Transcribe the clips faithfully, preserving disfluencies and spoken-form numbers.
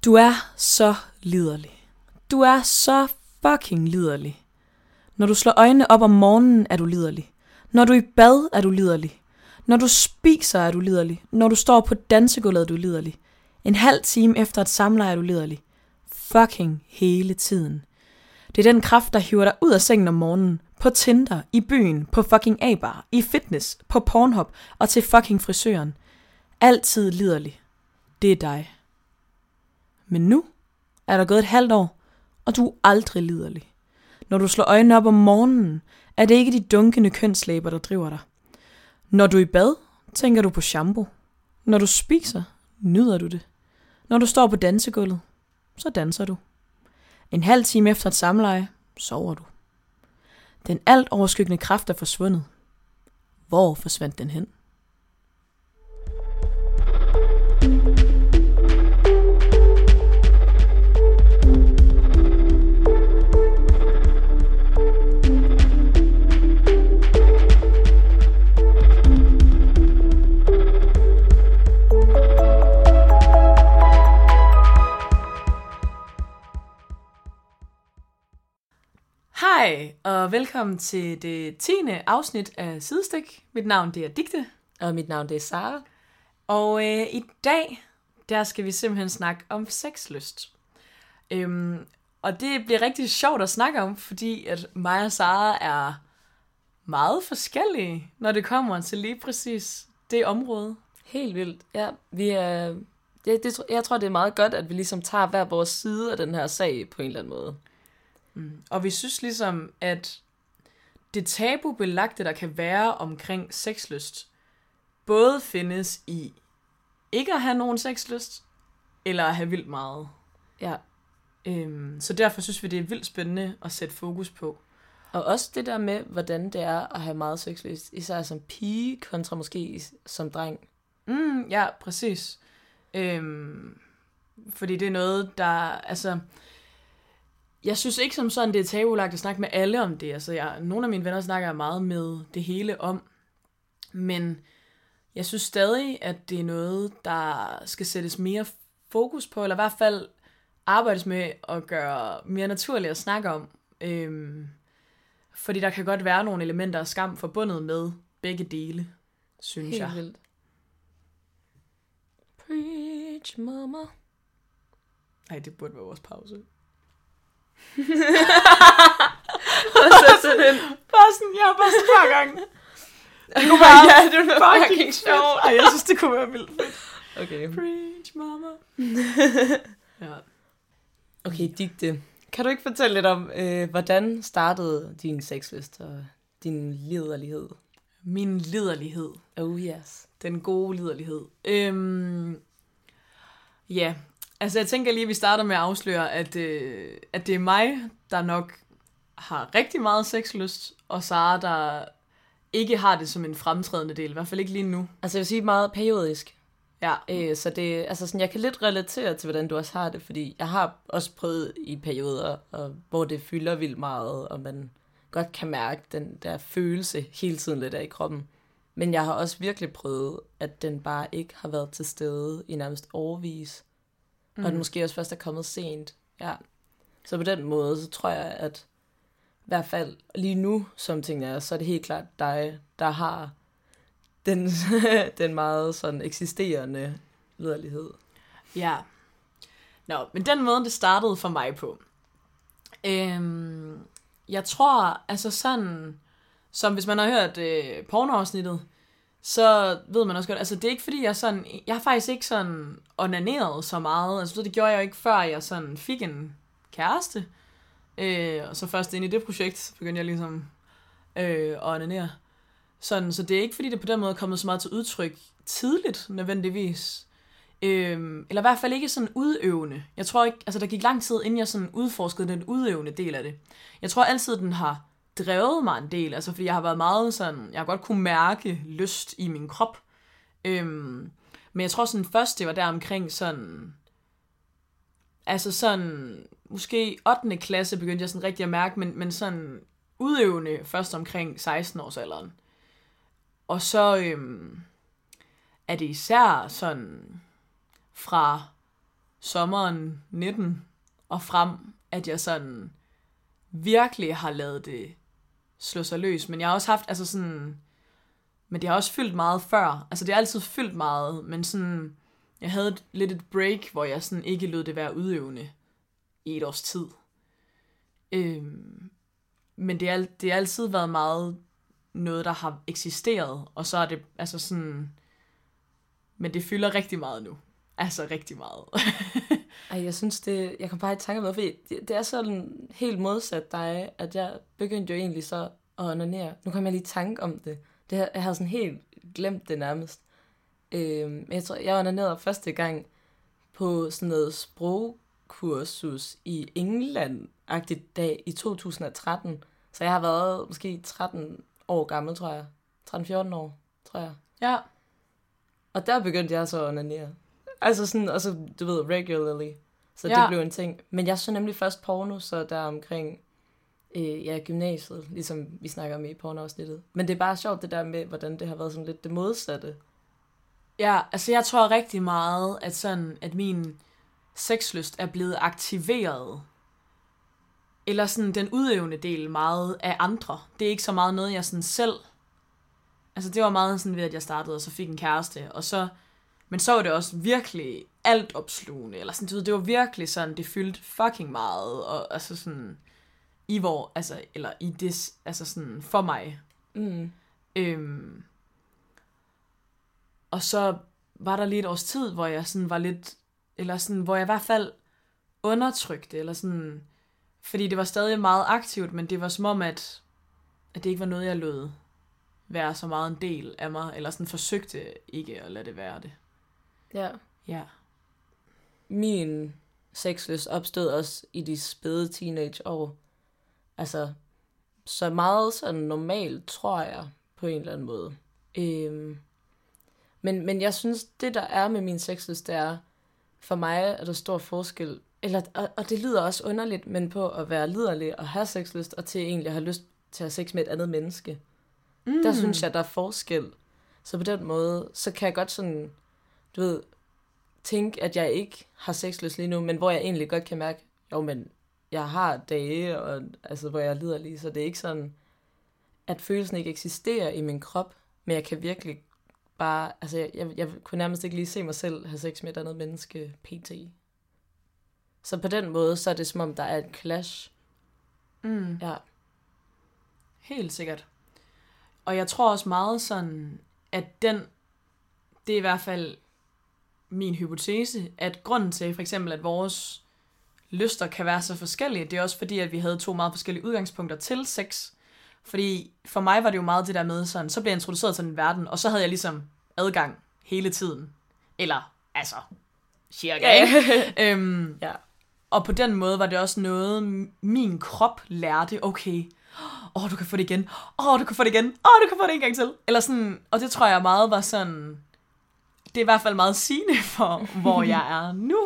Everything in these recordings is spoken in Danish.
Du er så liderlig. Du er så fucking liderlig. Når du slår øjnene op om morgenen, er du liderlig. Når du er i bad, er du liderlig. Når du spiser, er du liderlig. Når du står på dansegulvet, er du liderlig. En halv time efter et samleje, er du liderlig. Fucking hele tiden. Det er den kraft, der hiver dig ud af sengen om morgenen. På Tinder, i byen, på fucking A-bar, i fitness, på Pornhub og til fucking frisøren. Altid liderlig. Det er dig. Men nu er der gået et halvt år, og du er aldrig liderlig. Når du slår øjnene op om morgenen, er det ikke de dunkende kønslæber, der driver dig. Når du er i bad, tænker du på shampoo. Når du spiser, nyder du det. Når du står på dansegulvet, så danser du. En halv time efter et samleje, sover du. Den alt overskyggende kraft er forsvundet. Hvor forsvandt den hen? Hej, og velkommen til det tiende afsnit af Sidestik. Mit navn det er Digte. Og mit navn det er Sara. Og øh, i dag, der skal vi simpelthen snakke om sexlyst. Øhm, og det bliver rigtig sjovt at snakke om, fordi at mig og Sara er meget forskellige, når det kommer til lige præcis det område. Helt vildt. Ja, vi er, det, det, jeg tror, det er meget godt, at vi ligesom tager hver vores side af den her sag på en eller anden måde. Mm. Og vi synes ligesom, at det tabubelagte, der kan være omkring sexlyst, både findes i ikke at have nogen sexlyst, eller at have vildt meget. Ja. Øhm, så derfor synes vi, det er vildt spændende at sætte fokus på. Og også det der med, hvordan det er at have meget sexlyst, især som pige kontra måske som dreng. Mm, ja, præcis. Øhm, fordi det er noget, der... altså Jeg synes ikke som sådan, det er tabulagt at snakke med alle om det. Altså, jeg, nogle af mine venner snakker jeg meget med det hele om. Men jeg synes stadig, at det er noget, der skal sættes mere fokus på, eller i hvert fald arbejdes med at gøre mere naturligt at snakke om. Øhm, fordi der kan godt være nogle elementer af skam forbundet med begge dele, synes Helt jeg. Helt vildt. Preach, mama. Ej, det burde være vores pause. Og så sådan en... Bare sådan, jeg har bare sådan hver gang. Det kunne være, ja, det var fucking fucking sjovt. Ej, jeg synes, det kunne være vildt fedt. Okay. Preach, mama. Ja. Okay, Digte. Kan du ikke fortælle lidt om, øh, hvordan startede din sexlyst og din liderlighed? Min liderlighed. Oh yes. Den gode liderlighed. Øhm, ja, altså jeg tænker lige, at vi starter med at afsløre, at, øh, at det er mig, der nok har rigtig meget sexlyst, og Sara, der ikke har det som en fremtrædende del, i hvert fald ikke lige nu. Altså jeg vil sige meget periodisk. Ja. Øh, så det, altså sådan, jeg kan lidt relatere til, hvordan du også har det, fordi jeg har også prøvet i perioder, og, hvor det fylder vildt meget, og man godt kan mærke den der følelse hele tiden lidt af i kroppen. Men jeg har også virkelig prøvet, at den bare ikke har været til stede i nærmest årevis. Mm. Og den måske også først er kommet sent. Ja. Så på den måde, så tror jeg, at i hvert fald lige nu, som tingene er, så er det helt klart dig, der har den, den meget sådan eksisterende liderlighed. Ja. Nå, men den måde, det startede for mig på. Øhm, jeg tror, altså sådan, som hvis man har hørt øh, pornoafsnittet, så ved man også godt, altså det er ikke fordi jeg sådan, jeg har faktisk ikke sådan onaneret så meget, altså det gjorde jeg jo ikke før jeg sådan fik en kæreste, øh, og så først ind i det projekt, så begyndte jeg ligesom øh, at onanere. Sådan, så det er ikke fordi det på den måde er kommet så meget til udtryk tidligt nødvendigvis, øh, eller i hvert fald ikke sådan udøvende. Jeg tror ikke, altså der gik lang tid inden jeg sådan udforskede den udøvende del af det. Jeg tror altid den har drevet mig en del, altså fordi jeg har været meget sådan, jeg har godt kunne mærke lyst i min krop. Øhm, men jeg tror sådan først, det var der omkring sådan, altså sådan, måske ottende klasse begyndte jeg sådan rigtig at mærke, men, men sådan udøvende først omkring seksten års alderen. Og så øhm, er det især sådan fra sommeren nitten og frem, at jeg sådan virkelig har lavet det slå sig løs. Men jeg har også haft, altså sådan, men det har også fyldt meget før. Altså det har altid fyldt meget, men sådan, jeg havde et, lidt et break, hvor jeg sådan ikke lod det være udøvende i et års tid. Øhm, men det har det har altid været meget noget, der har eksisteret, og så er det, altså sådan, men det fylder rigtig meget nu. Altså rigtig meget. Ej, jeg synes det, jeg kan bare i tanke om det, fordi det, det er sådan helt modsat dig, at jeg begyndte jo egentlig så at onanere. Nu kan jeg lige tanke om det. det her, jeg havde sådan helt glemt det nærmest. Øhm, jeg tror, jeg onanerede første gang på sådan noget sprogkursus i England-agtigt dag i to tusind og tretten. Så jeg har været måske tretten år gammel, tror jeg. tretten fjorten år, tror jeg. Ja. Og der begyndte jeg så at onanere. Altså sådan, og så, du ved, regularly. Så Ja. det blev en ting. Men jeg så nemlig først porno, så der omkring øh, ja, gymnasiet, ligesom vi snakker om i pornoafsnittet. Men det er bare sjovt det der med, hvordan det har været sådan lidt det modsatte. Ja, altså jeg tror rigtig meget, at sådan, at min sexlyst er blevet aktiveret. Eller sådan den udøvende del meget af andre. Det er ikke så meget noget, jeg sådan selv... Altså det var meget sådan ved, at jeg startede, og så fik en kæreste, og så... Men så var det også virkelig alt opslugende, eller sådan, du ved, det var virkelig sådan, det fyldte fucking meget, og altså sådan, i hvor, altså, eller i det, altså sådan, for mig. Mm. Øhm, og så var der lige et års tid, hvor jeg sådan var lidt, eller sådan, hvor jeg i hvert fald undertrykte, eller sådan, fordi det var stadig meget aktivt, men det var som om, at, at det ikke var noget, jeg lod være så meget en del af mig, eller sådan forsøgte ikke at lade det være det. Ja. Ja. Min sexlyst opstod også i de spæde teenageår. Altså, så meget sådan normalt, tror jeg, på en eller anden måde. Øhm, men, men jeg synes, det der er med min sexlyst, det er, for mig er der stor forskel, eller, og, og det lyder også underligt, men på at være liderlig og have sexlyst, og til egentlig at have lyst til at have sex med et andet menneske. Mm. Der synes jeg, der er forskel. Så på den måde, så kan jeg godt sådan, du ved, tænke, at jeg ikke har sexlyst lige nu, men hvor jeg egentlig godt kan mærke, jo, men jeg har dage, og, altså, hvor jeg lider lige, så det er ikke sådan, at følelsen ikke eksisterer i min krop, men jeg kan virkelig bare, altså jeg, jeg, jeg kunne nærmest ikke lige se mig selv have sex med et andet menneske pt. Så på den måde, så er det som om, der er et clash. Mm. Ja. Helt sikkert. Og jeg tror også meget sådan, at den, det er i hvert fald min hypotese, at grunden til for eksempel, at vores lyster kan være så forskellige, det er også fordi, at vi havde to meget forskellige udgangspunkter til sex. Fordi for mig var det jo meget det der med sådan, så blev jeg introduceret til den verden, og så havde jeg ligesom adgang hele tiden. Eller, altså, cirka, ikke? øhm, Ja. Og på den måde var det også noget, min krop lærte, okay, åh, oh, du kan få det igen, åh, oh, du kan få det igen, åh, oh, du kan få det en gang til. Eller sådan, og det tror jeg meget var sådan, det er i hvert fald meget sigende for, hvor jeg er nu.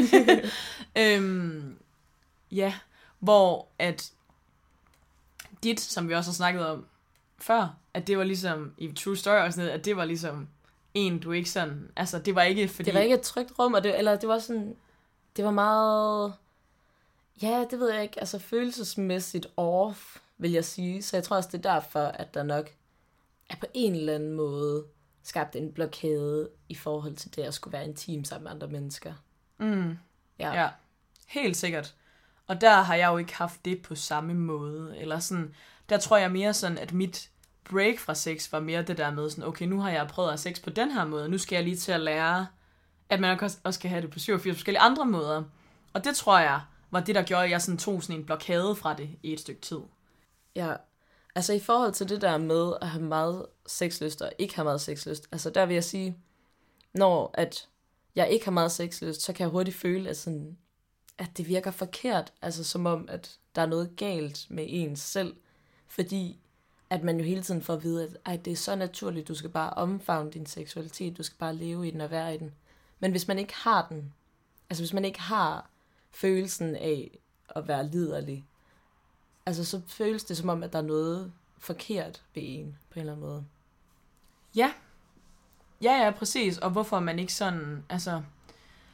øhm, ja, hvor at dit, som vi også har snakket om før, at det var ligesom i True Story og sådan noget, at det var ligesom en, du ikke sådan, altså det var ikke fordi... Det var ikke et trygt rum, og det, eller det var sådan, det var meget, ja, det ved jeg ikke, altså følelsesmæssigt off, vil jeg sige. Så jeg tror også, det er derfor, at der nok er på en eller anden måde skabt en blokade i forhold til det at skulle være intim sammen med andre mennesker. Mm. Ja. Ja, helt sikkert. Og der har jeg jo ikke haft det på samme måde. Eller sådan, der tror jeg mere sådan, at mit break fra sex var mere det der med sådan, okay, nu har jeg prøvet at have sex på den her måde, nu skal jeg lige til at lære, at man også kan have det på syvogfirs forskellige andre måder. Og det tror jeg var det, der gjorde, at jeg sådan tog sådan en blokade fra det i et stykke tid. Ja, altså i forhold til det der med at have meget sexlyst og ikke have meget sexlyst, altså der vil jeg sige, når at jeg ikke har meget sexlyst, så kan jeg hurtigt føle, at, sådan, at det virker forkert, altså som om, at der er noget galt med ens selv, fordi at man jo hele tiden får at vide, at ej, det er så naturligt, du skal bare omfavne din seksualitet, du skal bare leve i den og være i den. Men hvis man ikke har den, altså hvis man ikke har følelsen af at være liderlig, altså så føles det som om, at der er noget forkert ved en, på en eller anden måde. Ja. Ja, ja, præcis. Og hvorfor man ikke sådan, altså...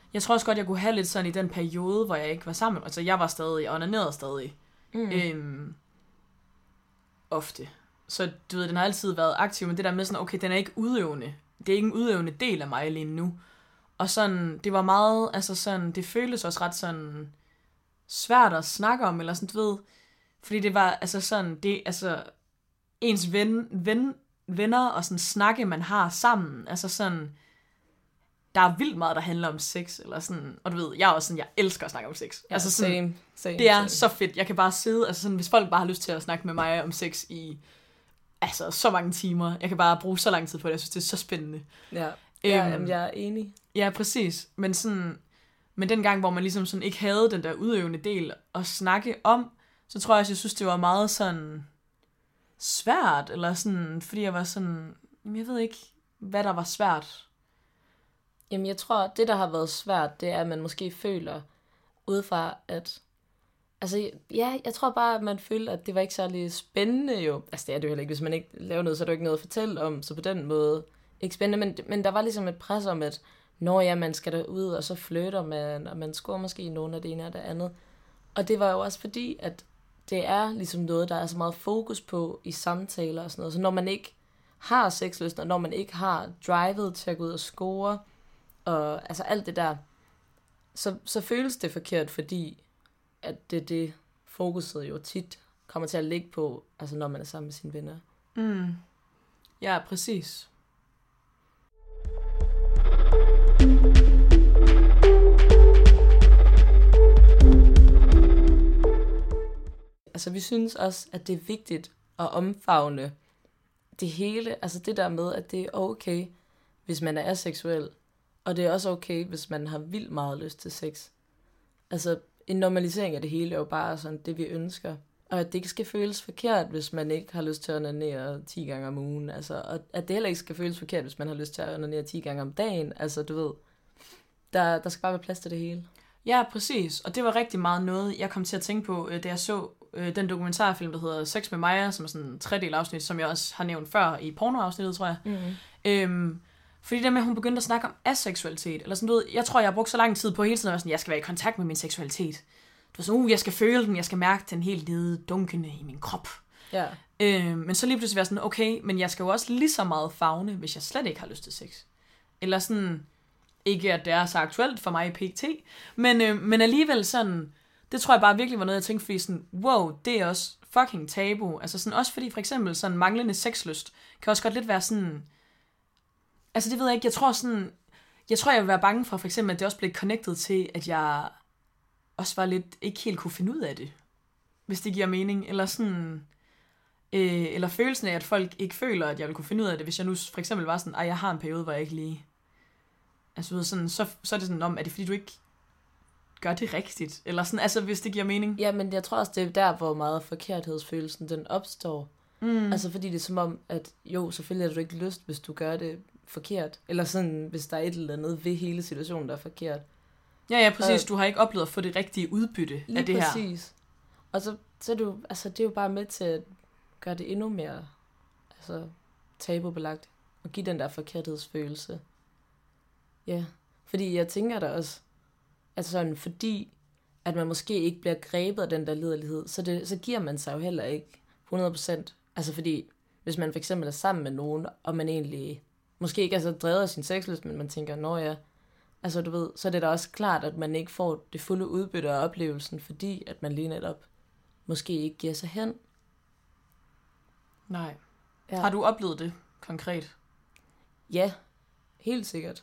jeg tror også godt, jeg kunne have lidt sådan i den periode, hvor jeg ikke var sammen. Altså, jeg var stadig, jeg onanerede stadig. Mm. Øhm, ofte. Så du ved, den har altid været aktiv, men det der med sådan, okay, den er ikke udøvende. Det er ikke en udøvende del af mig lige nu. Og sådan, det var meget, altså sådan, det føltes også ret sådan svært at snakke om, eller sådan, du ved, fordi det var, altså sådan, det, altså, ens ven, ven, venner og sådan snakke, man har sammen, altså sådan, der er vildt meget, der handler om sex, eller sådan, og du ved, jeg er også sådan, jeg elsker at snakke om sex. Ja, altså sådan, same, same, det er same. så fedt, jeg kan bare sidde, altså sådan, hvis folk bare har lyst til at snakke med mig om sex i, altså så mange timer, jeg kan bare bruge så lang tid på det, jeg synes, det er så spændende. Ja, ja øhm, jamen, jeg er enig. Ja, præcis, men sådan, men den gang, hvor man ligesom sådan ikke havde den der udøvende del at snakke om, så tror jeg også, jeg synes, det var meget sådan svært, eller sådan, fordi jeg var sådan, jamen jeg ved ikke, hvad der var svært. Jamen jeg tror, det der har været svært, det er, at man måske føler udefra, at, altså ja, jeg tror bare, at man føler, at det var ikke særlig spændende jo. Altså det er det jo heller ikke, hvis man ikke laver noget, så er der jo ikke noget at fortælle om, så på den måde ikke spændende, men, men der var ligesom et pres om, at når ja, man skal derud, og så flytter man, og man scorer måske nogen af det ene og det andet. Og det var jo også fordi, at det er ligesom noget, der er så meget fokus på i samtaler og sådan noget. Så når man ikke har sexlyst, og når man ikke har drivet til at gå ud og score, og altså alt det der, så, så føles det forkert, fordi at det det fokuset jo tit kommer til at ligge på, altså når man er sammen med sine venner. Mm. Ja, præcis. Altså vi synes også, at det er vigtigt at omfavne det hele, altså det der med, at det er okay, hvis man er aseksuel, og det er også okay, hvis man har vildt meget lyst til sex. Altså en normalisering af det hele er jo bare sådan det, vi ønsker. Og at det ikke skal føles forkert, hvis man ikke har lyst til at onanere ti gange om ugen. Altså, og at det heller ikke skal føles forkert, hvis man har lyst til at onanere ti gange om dagen. Altså, du ved, der, der skal bare være plads til det hele. Ja, præcis. Og det var rigtig meget noget, jeg kom til at tænke på, da jeg så øh, den dokumentarfilm, der hedder Sex med Maja, som er sådan en tredel afsnit, som jeg også har nævnt før i pornoafsnittet, tror jeg. Mm-hmm. Øhm, fordi det med, at hun begyndte at snakke om aseksualitet, eller sådan, du ved, jeg tror, jeg har brugt så lang tid på hele tiden at være sådan, jeg skal være i kontakt med min seksualitet. Du var sådan, uh, jeg skal føle den, jeg skal mærke den helt nede dunkende i min krop. Ja. Øhm, men så lige pludselig være sådan, okay, men jeg skal jo også lige så meget favne, hvis jeg slet ikke har lyst til sex. Eller sådan, ikke at det er så aktuelt for mig i P T, men, øh, men alligevel sådan, det tror jeg bare virkelig var noget, jeg tænkte, fordi sådan, wow, det er også fucking tabu. Altså sådan, også fordi for eksempel sådan manglende sexlyst, kan også godt lidt være sådan, altså det ved jeg ikke, jeg tror sådan, jeg tror jeg vil være bange for for eksempel, at det også blev connected til, at jeg også var lidt, ikke helt kunne finde ud af det, hvis det giver mening, eller sådan, øh, eller følelsen af, at folk ikke føler, at jeg vil kunne finde ud af det, hvis jeg nu for eksempel var sådan, ej, jeg har en periode, hvor jeg ikke lige, altså ved, sådan, så, så er det sådan om, er det fordi du ikke gør det rigtigt, eller sådan, altså hvis det giver mening. Ja, men jeg tror også, det er der, hvor meget forkerthedsfølelsen, den opstår. Mm. Altså fordi det er som om, at jo, selvfølgelig har du ikke lyst, hvis du gør det forkert, eller sådan, hvis der er et eller andet ved hele situationen, der er forkert. Ja, ja, præcis. Du har ikke oplevet at få det rigtige udbytte af det præcis. her. Præcis. Og så, så er det, jo, altså, det er jo bare med til at gøre det endnu mere altså, tabubelagt, og give den der forkerthedsfølelse. Ja, fordi jeg tænker da også, at sådan, fordi at man måske ikke bliver grebet af den der liderlighed, så, det, så giver man sig jo heller ikke hundrede procent. Altså fordi, hvis man for eksempel er sammen med nogen, og man egentlig måske ikke er så drevet af sin sexlyst, men man tænker, nå ja, altså du ved, så er det da også klart, at man ikke får det fulde udbytte af oplevelsen, fordi at man lige netop måske ikke giver sig hen. Nej. Ja. Har du oplevet det konkret? Ja, helt sikkert.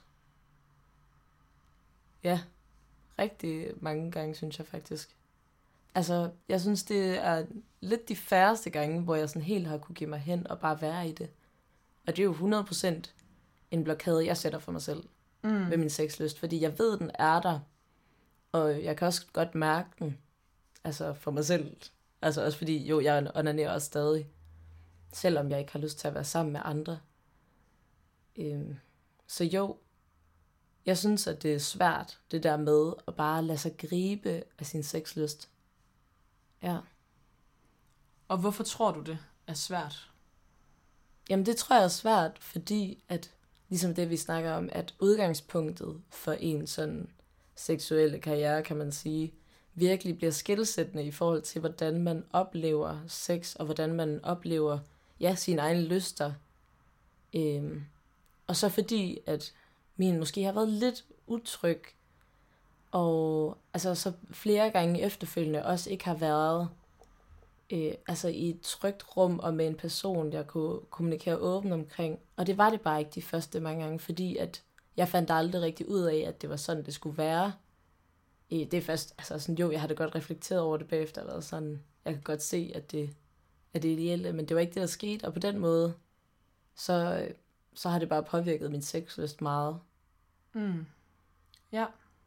Ja, rigtig mange gange, synes jeg faktisk. Altså, jeg synes, det er lidt de færreste gange, hvor jeg sådan helt har kunne give mig hen og bare være i det. Og det er jo hundrede procent en blokade, jeg sætter for mig selv mm. ved min sexlyst, fordi jeg ved, den er der, og jeg kan også godt mærke den, altså for mig selv. Altså også fordi, jo, jeg onanerer også stadig, selvom jeg ikke har lyst til at være sammen med andre. Øhm, så jo, jeg synes, at det er svært, det der med at bare lade sig gribe af sin sexlyst. Ja. Og hvorfor tror du, det er svært? Jamen, det tror jeg er svært, fordi at, ligesom det, vi snakker om, at udgangspunktet for en sådan seksuelle karriere, kan man sige, virkelig bliver skelsættende i forhold til, hvordan man oplever sex, og hvordan man oplever, ja, sine egne lyster. Øhm, og så fordi, at min måske har været lidt utryg, og altså så flere gange efterfølgende også ikke har været øh, altså i et trygt rum og med en person, jeg kunne kommunikere åbent omkring. Og det var det bare ikke de første mange gange, fordi at jeg fandt aldrig rigtig ud af, at det var sådan, det skulle være. Øh, det er først, altså sådan, jo, jeg har da godt reflekteret over det bagefter, og været sådan, jeg kan godt se, at det er det ideelle, men det var ikke det, der skete, og på den måde, så, så har det bare påvirket min sexlyst meget. Mm. Ja.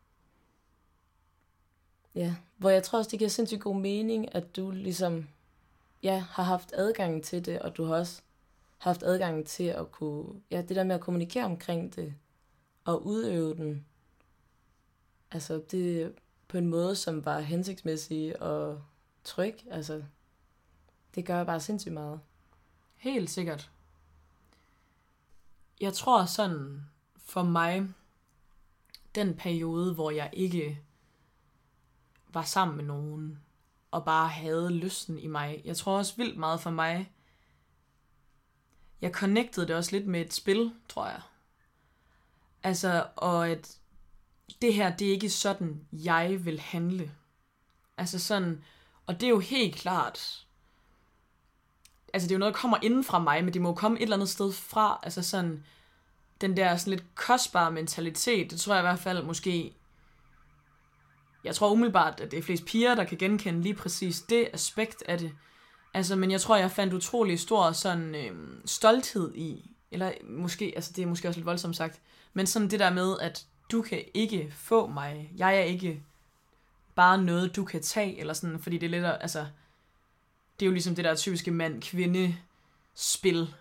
Ja, hvor jeg tror også, det giver sindssygt god mening, at du ligesom, ja, har haft adgang til det, og du har også haft adgang til at kunne, ja, det der med at kommunikere omkring det, og udøve den, altså det på en måde, som var hensigtsmæssig og tryg, altså det gør bare sindssygt meget. Helt sikkert. Jeg tror sådan, for mig, den periode, hvor jeg ikke var sammen med nogen, og bare havde lysten i mig. Jeg tror også vildt meget for mig. Jeg connectede det også lidt med et spil, tror jeg. Altså, og at det her, det er ikke sådan, jeg vil handle. Altså sådan, og det er jo helt klart, altså det er jo noget, der kommer inden fra mig, men det må jo komme et eller andet sted fra. Altså sådan, den der sådan lidt kostbare mentalitet, det tror jeg i hvert fald måske, jeg tror umiddelbart, at det er flest piger, der kan genkende lige præcis det aspekt af det. Altså, men jeg tror, jeg fandt utrolig stor sådan øh, stolthed i, eller måske, altså det er måske også lidt voldsomt sagt, men sådan det der med, at du kan ikke få mig, jeg er ikke bare noget, du kan tage, eller sådan, fordi det er lidt, altså, det er jo ligesom det der typiske mand-kvinde-spil.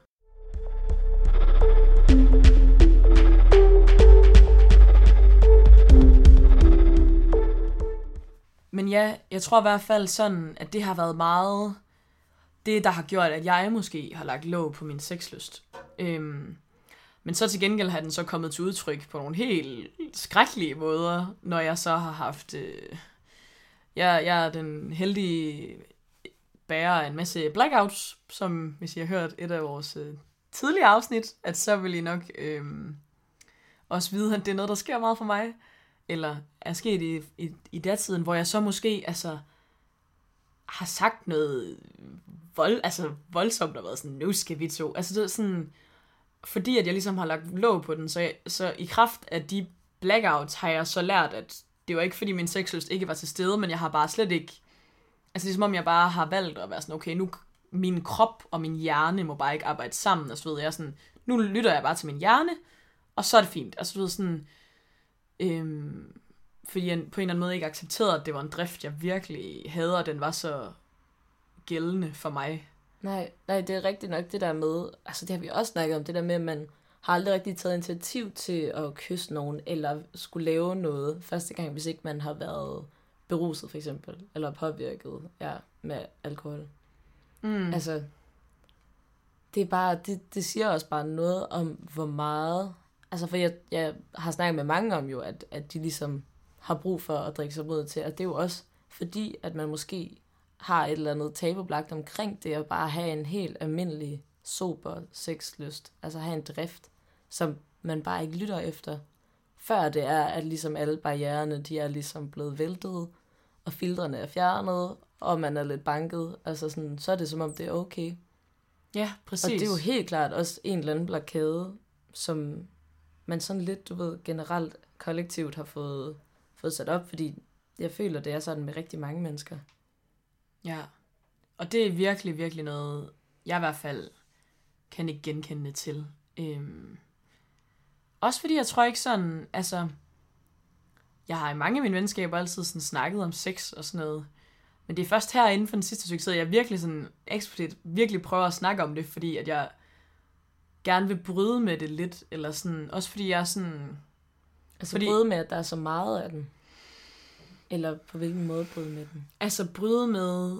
Men ja, jeg tror i hvert fald sådan, at det har været meget det, der har gjort, at jeg måske har lagt låg på min sexlyst. Øhm, men så til gengæld har den så kommet til udtryk på nogle helt skrækkelige måder, når jeg så har haft... Øh, jeg, jeg er den heldige bærer af en masse blackouts, som hvis I har hørt et af vores øh, tidlige afsnit, at så vil I nok øh, også vide, at det er noget, der sker meget for mig. Eller er sket i, i, i datiden, hvor jeg så måske altså, har sagt noget vold, altså voldsomt og været sådan, nu skal vi to. Altså det er sådan, fordi at jeg ligesom har lagt låg på den, så, jeg, så i kraft af de blackouts har jeg så lært, at det var ikke fordi min sexlyst ikke var til stede, men jeg har bare slet ikke, altså det er som om jeg bare har valgt at være sådan, okay, nu min krop og min hjerne må bare ikke arbejde sammen, og så ved jeg sådan, nu lytter jeg bare til min hjerne, og så er det fint. Altså du ved sådan, Øhm, fordi jeg på en eller anden måde ikke accepterede, at det var en drift, jeg virkelig havde, og den var så gældende for mig. Nej, nej, det er rigtigt nok det der med, altså det har vi også snakket om, det der med, at man har aldrig rigtig taget initiativ til at kysse nogen, eller skulle lave noget første gang, hvis ikke man har været beruset for eksempel, eller påvirket, ja, med alkohol. Mm. Altså, det er bare, det, det siger også bare noget om, hvor meget. Altså, for jeg, jeg har snakket med mange om jo, at, at de ligesom har brug for at drikke sig mod til, og det er jo også fordi, at man måske har et eller andet tabubelagt omkring det, at bare have en helt almindelig, sober sexlyst, altså have en drift, som man bare ikke lytter efter, før det er, at ligesom alle barriererne, de er ligesom blevet væltet, og filtrene er fjernet, og man er lidt banket, altså sådan, så er det som om det er okay. Ja, præcis. Og det er jo helt klart også en eller anden blokade, som man sådan lidt, du ved, generelt kollektivt har fået, fået sat op, fordi jeg føler, det er sådan med rigtig mange mennesker. Ja, og det er virkelig, virkelig noget, jeg i hvert fald kan ikke genkende til. Øhm. Også fordi jeg tror ikke sådan, altså, jeg har i mange af mine venskaber altid sådan snakket om sex og sådan noget, men det er først her inden for den sidste succes, jeg virkelig sådan eksplicit virkelig prøver at snakke om det, fordi at jeg gerne vil bryde med det lidt, eller sådan, også fordi jeg er sådan... Altså fordi, bryde med, at der er så meget af den? Eller på hvilken måde bryde med den? Altså bryde med,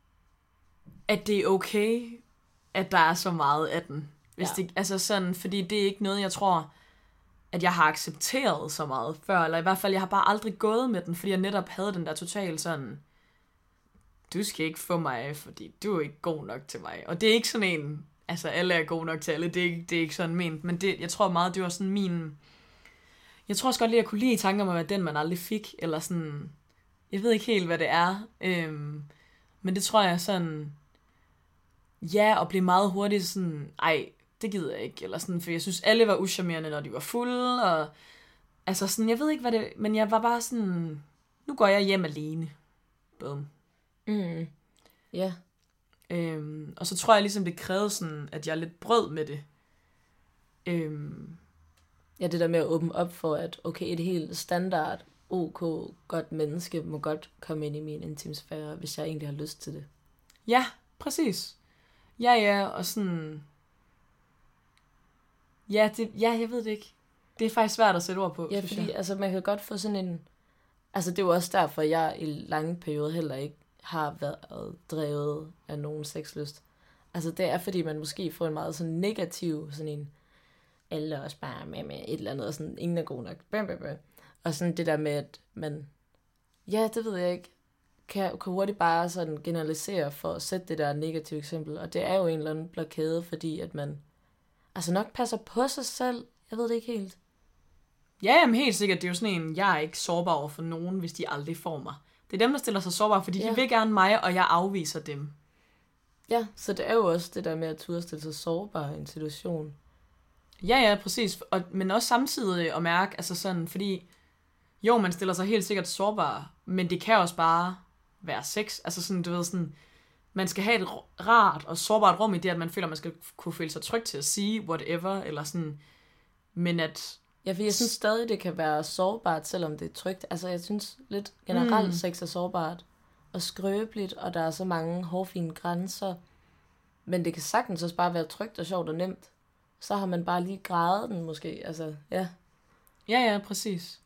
at det er okay, at der er så meget af den. Hvis ja. det, altså sådan, fordi det er ikke noget, jeg tror... at jeg har accepteret så meget før, eller i hvert fald, jeg har bare aldrig gået med den, fordi jeg netop havde den der total sådan, du skal ikke få mig, fordi du er ikke god nok til mig. Og det er ikke sådan en, altså alle er gode nok til alle, det er ikke, det er ikke sådan ment, men det, jeg tror meget, det var sådan min, jeg tror også godt lige, at jeg kunne lide tanker om at være den, man aldrig fik, eller sådan, jeg ved ikke helt, hvad det er, øhm, men det tror jeg sådan, ja, og blive meget hurtigt sådan, ej, det gider jeg ikke, eller sådan, for jeg synes, alle var uschammerende, når de var fulde, og altså sådan, jeg ved ikke, hvad det, men jeg var bare sådan, nu går jeg hjem alene. Boom. Mm. Ja. Øhm, og så tror jeg ligesom, det krævede sådan, at jeg lidt brød med det. Øhm, Ja, det der med at åbne op for, at okay, et helt standard, ok, godt menneske må godt komme ind i min intimsfære, hvis jeg egentlig har lyst til det. ja, præcis. Ja, ja, og sådan, ja, det, ja, jeg ved det ikke. Det er faktisk svært at sætte ord på, Ja, synes fordi jeg. altså, man kan godt få sådan en, altså det er jo også derfor, jeg i lange perioder heller ikke har været drevet af nogen sexlyst. Altså det er, fordi man måske får en meget sådan negativ, sådan en, alle er også bare med med et eller andet, og sådan, ingen er god nok. Bæm, bæm, bæm. Og sådan det der med, at man, ja, det ved jeg ikke, kan, kan hurtigt bare sådan generalisere for at sætte det der negative eksempel. Og det er jo en eller anden blokade, fordi at man altså nok passer på sig selv. Jeg ved det ikke helt. Ja, jamen helt sikkert, det er jo sådan en, jeg er ikke sårbar over for nogen, hvis de aldrig får mig. Det er dem, der stiller sig sårbare, fordi ja. de vil gerne mig, og jeg afviser dem. Ja, så det er jo også det der med at turde stille sig sårbar i en situation. Ja, ja, præcis. Og, men også samtidig at mærke, altså sådan, fordi jo, man stiller sig helt sikkert sårbar, men det kan også bare være sex. Altså sådan, du ved sådan, man skal have et rart og sårbart rum i det, at man føler, at man skal kunne føle sig tryg til at sige whatever, eller sådan, men at... Ja, for jeg synes stadig, det kan være sårbart, selvom det er trygt. Altså, jeg synes lidt generelt, mm. sex er sårbart og skrøbeligt, og der er så mange hårfine grænser. Men det kan sagtens også bare være trygt og sjovt og nemt. Så har man bare lige grædet den måske, altså, ja. Ja, ja, præcis.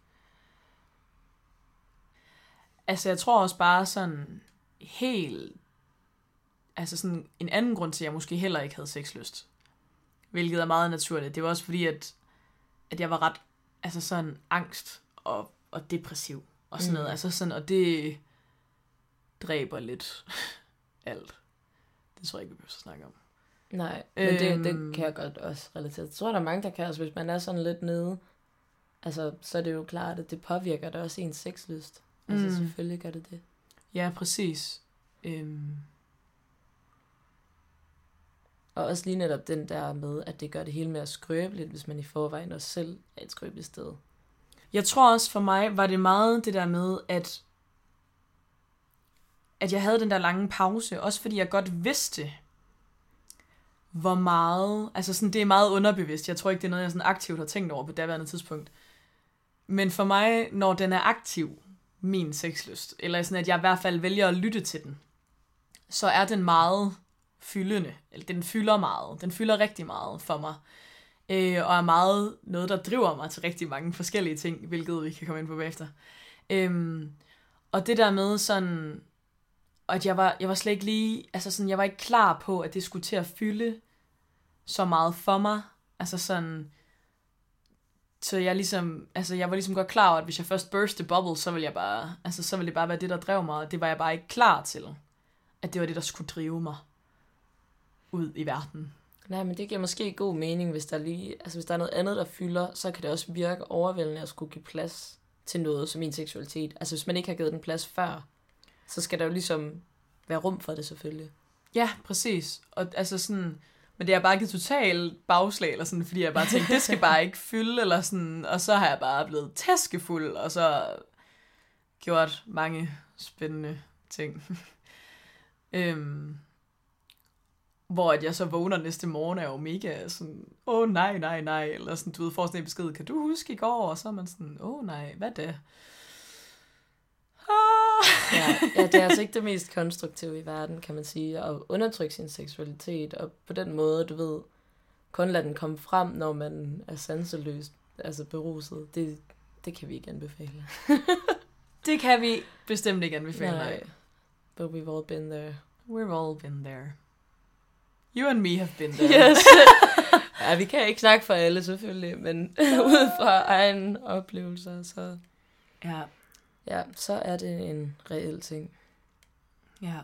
Altså, jeg tror også bare sådan helt... Altså sådan en anden grund til, at jeg måske heller ikke havde sexlyst. Hvilket er meget naturligt. Det var også fordi, at, at jeg var ret altså sådan angst og, og depressiv og sådan mm. noget. Altså sådan, og det dræber lidt alt. Det tror jeg ikke, vi behøver at snakke om. Nej, men øhm, det, det kan jeg godt også relatere til. Jeg tror, der er mange, der kan også, hvis man er sådan lidt nede. Altså, så er det jo klart, at det påvirker da også ens sexlyst. Altså, mm. selvfølgelig gør det det. Ja, præcis. Øhm. Og også lige netop den der med, at det gør det hele mere skrøbeligt, hvis man i forvejen også selv er et skrøbeligt sted. Jeg tror også for mig, var det meget det der med, at, at jeg havde den der lange pause, også fordi jeg godt vidste, hvor meget, altså sådan, det er meget underbevidst. Jeg tror ikke, det er noget, jeg sådan aktivt har tænkt over på daværende tidspunkt. Men for mig, når den er aktiv, min sexlyst, eller sådan, at jeg i hvert fald vælger at lytte til den, så er den meget fyldende, eller den fylder meget, den fylder rigtig meget for mig, øh, og er meget noget, der driver mig til rigtig mange forskellige ting, hvilket vi kan komme ind på bagefter. Øhm, og det der med sådan, at jeg var, jeg var slet ikke lige, altså sådan, jeg var ikke klar på, at det skulle til at fylde så meget for mig, altså sådan, så jeg ligesom, altså jeg var ligesom godt klar over, at hvis jeg først burst the bubble, så ville jeg bare, altså så ville det bare være det, der drev mig, og det var jeg bare ikke klar til, at det var det, der skulle drive mig ud i verden. Nej, men det giver måske god mening, hvis der lige, altså hvis der er noget andet, der fylder, så kan det også virke overvældende at skulle give plads til noget som min seksualitet. Altså hvis man ikke har givet den plads før, så skal der jo ligesom være rum for det selvfølgelig. Ja, præcis. Og altså sådan, men det har bare givet total bagslag, eller sådan, fordi jeg bare tænkte, det skal bare ikke fylde, eller sådan, og så har jeg bare blevet tæskefuld, og så gjort mange spændende ting. øhm, hvor at jeg så vågner næste morgen, er jo mega sådan, åh oh, nej, nej, nej, eller sådan, du ved, får sådan en besked, kan du huske i går, og så er man sådan, åh oh, nej, hvad det? ja, ja, det er altså ikke det mest konstruktive i verden, kan man sige, at undertrykke sin seksualitet, og på den måde, du ved, kun lade den komme frem, når man er sanseløst, altså beruset. Det, det kan vi ikke anbefale. Det kan vi bestemt ikke anbefale. Nej, but we've all been there. We've all been there. You and me have been there. Yes. Ja, vi kan ikke snakke for alle selvfølgelig, men ud fra egen oplevelser, så, Ja, ja, så er det en reel ting. ja.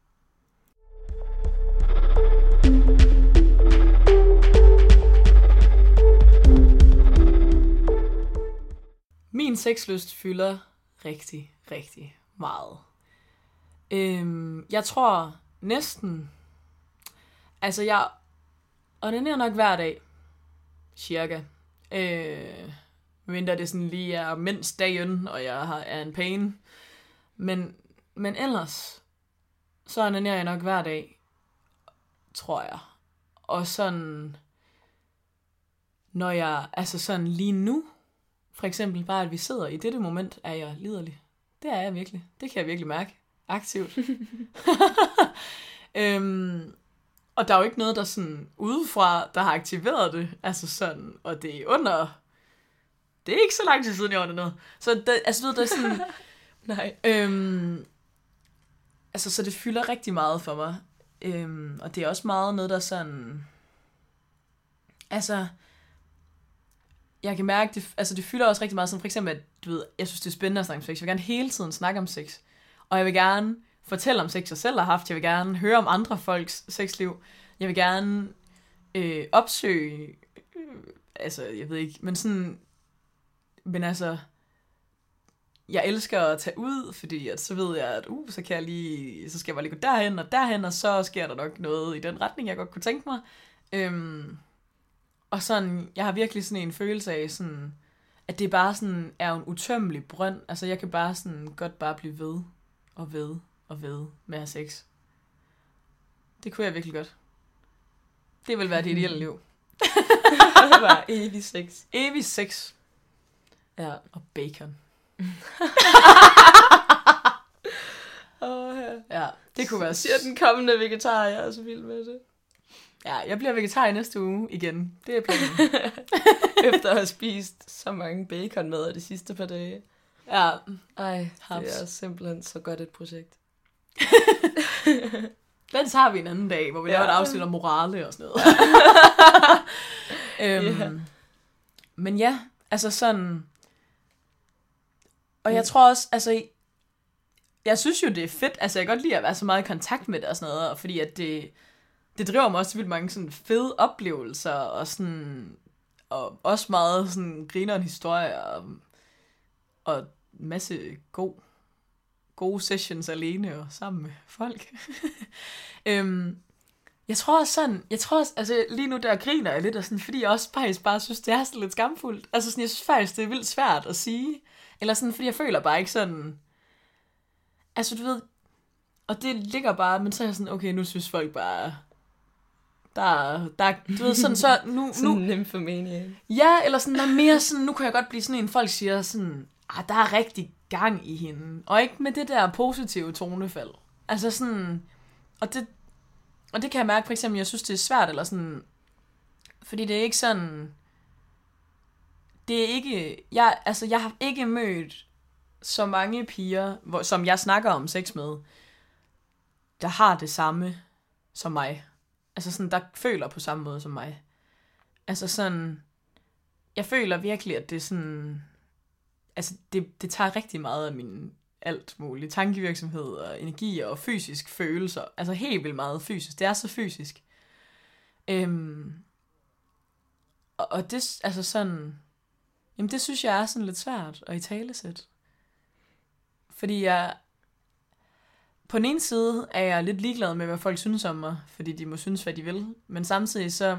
Min sexlyst fylder rigtig, rigtig meget. Øhm, jeg tror næsten... Altså, jeg onanerer nok hver dag. Cirka. Øh, mindre det sådan lige er mindst dagen, og jeg har, er en pain. Men, men ellers, så onanerer jeg nok hver dag. Tror jeg. Og sådan... Når jeg... Altså sådan lige nu... For eksempel bare, at vi sidder i dette moment, er jeg liderlig. Det er jeg virkelig. Det kan jeg virkelig mærke. Aktivt. øhm, og der er jo ikke noget, der sådan udefra, der har aktiveret det. Altså sådan, og det er under... Det er ikke så lang tid siden, jeg ordnede noget. Så det, altså, ved du, det er sådan... Nej. Øhm, altså, så det fylder rigtig meget for mig. Øhm, og det er også meget noget, der sådan... Altså... Jeg kan mærke, det, altså det fylder også rigtig meget, som for eksempel, at du ved, jeg synes, det er spændende at snakke om sex. Jeg vil gerne hele tiden snakke om sex. Og jeg vil gerne fortælle om sex, jeg selv har haft. Jeg vil gerne høre om andre folks sexliv. Jeg vil gerne øh, opsøge, øh, altså jeg ved ikke, men sådan, men altså, jeg elsker at tage ud, fordi at så ved jeg, at uh, så kan jeg lige, så skal jeg bare lige gå derhen og derhen, og så sker der nok noget i den retning, jeg godt kunne tænke mig. Øhm, Og sådan, jeg har virkelig sådan en følelse af sådan, at det bare sådan er en utømmelig brønd. Altså jeg kan bare sådan godt bare blive ved og ved og ved med at have sex. Det kunne jeg virkelig godt. Det vil være det ideelle liv. Bare evig sex. Evig sex. Ja. Og bacon. oh, ja. Ja, det kunne være... Siger den kommende vegetar, jeg er så vild med det. Ja, jeg bliver vegetar i næste uge igen. Det er planen. Efter at have spist så mange baconmadder de sidste par dage. Ja. Ej, Haps. det er simpelthen så godt et projekt. Den tager vi en anden dag, hvor vi Ja. laver et afsnit om morale og sådan noget. øhm, Yeah. Men ja, altså sådan... Og jeg tror også, altså... Jeg synes jo, det er fedt. Altså, jeg kan godt lide at være så meget i kontakt med det og sådan noget, fordi at det... Det driver mig også til vildt mange sådan fede oplevelser, og sådan, og også meget sådan grineren historier, og, og en masse god, gode sessions alene og sammen med folk. øhm, jeg tror også sådan, jeg tror også, altså lige nu der griner jeg lidt, og sådan, fordi jeg også faktisk bare synes, det er sådan lidt skamfuldt. Altså sådan, jeg synes faktisk, det er vildt svært at sige, eller sådan, fordi jeg føler bare ikke sådan, altså du ved, og det ligger bare, men så er jeg sådan, okay, nu synes folk bare... Der, der, du ved, sådan, så nu... Sådan nu en nymphomania. ja, eller sådan, der er mere sådan, nu kan jeg godt blive sådan en, folk siger sådan, ah, der er rigtig gang i hende. Og ikke med det der positive tonefald. Altså sådan, og det, og det kan jeg mærke, for eksempel, jeg synes, det er svært, eller sådan, fordi det er ikke sådan, det er ikke, jeg, altså, jeg har ikke mødt så mange piger, hvor, som jeg snakker om sex med, der har det samme som mig. Altså sådan, der føler på samme måde som mig. Altså sådan, jeg føler virkelig, at det er sådan, altså det, det tager rigtig meget af min alt muligt tankevirksomhed og energi og fysisk følelser. Altså helt vildt meget fysisk. Det er så fysisk. Øhm, og, og det, altså sådan, jamen det synes jeg er sådan lidt svært at italesætte. Fordi jeg, på den ene side er jeg lidt ligeglad med, hvad folk synes om mig, fordi de må synes, hvad de vil. Men samtidig så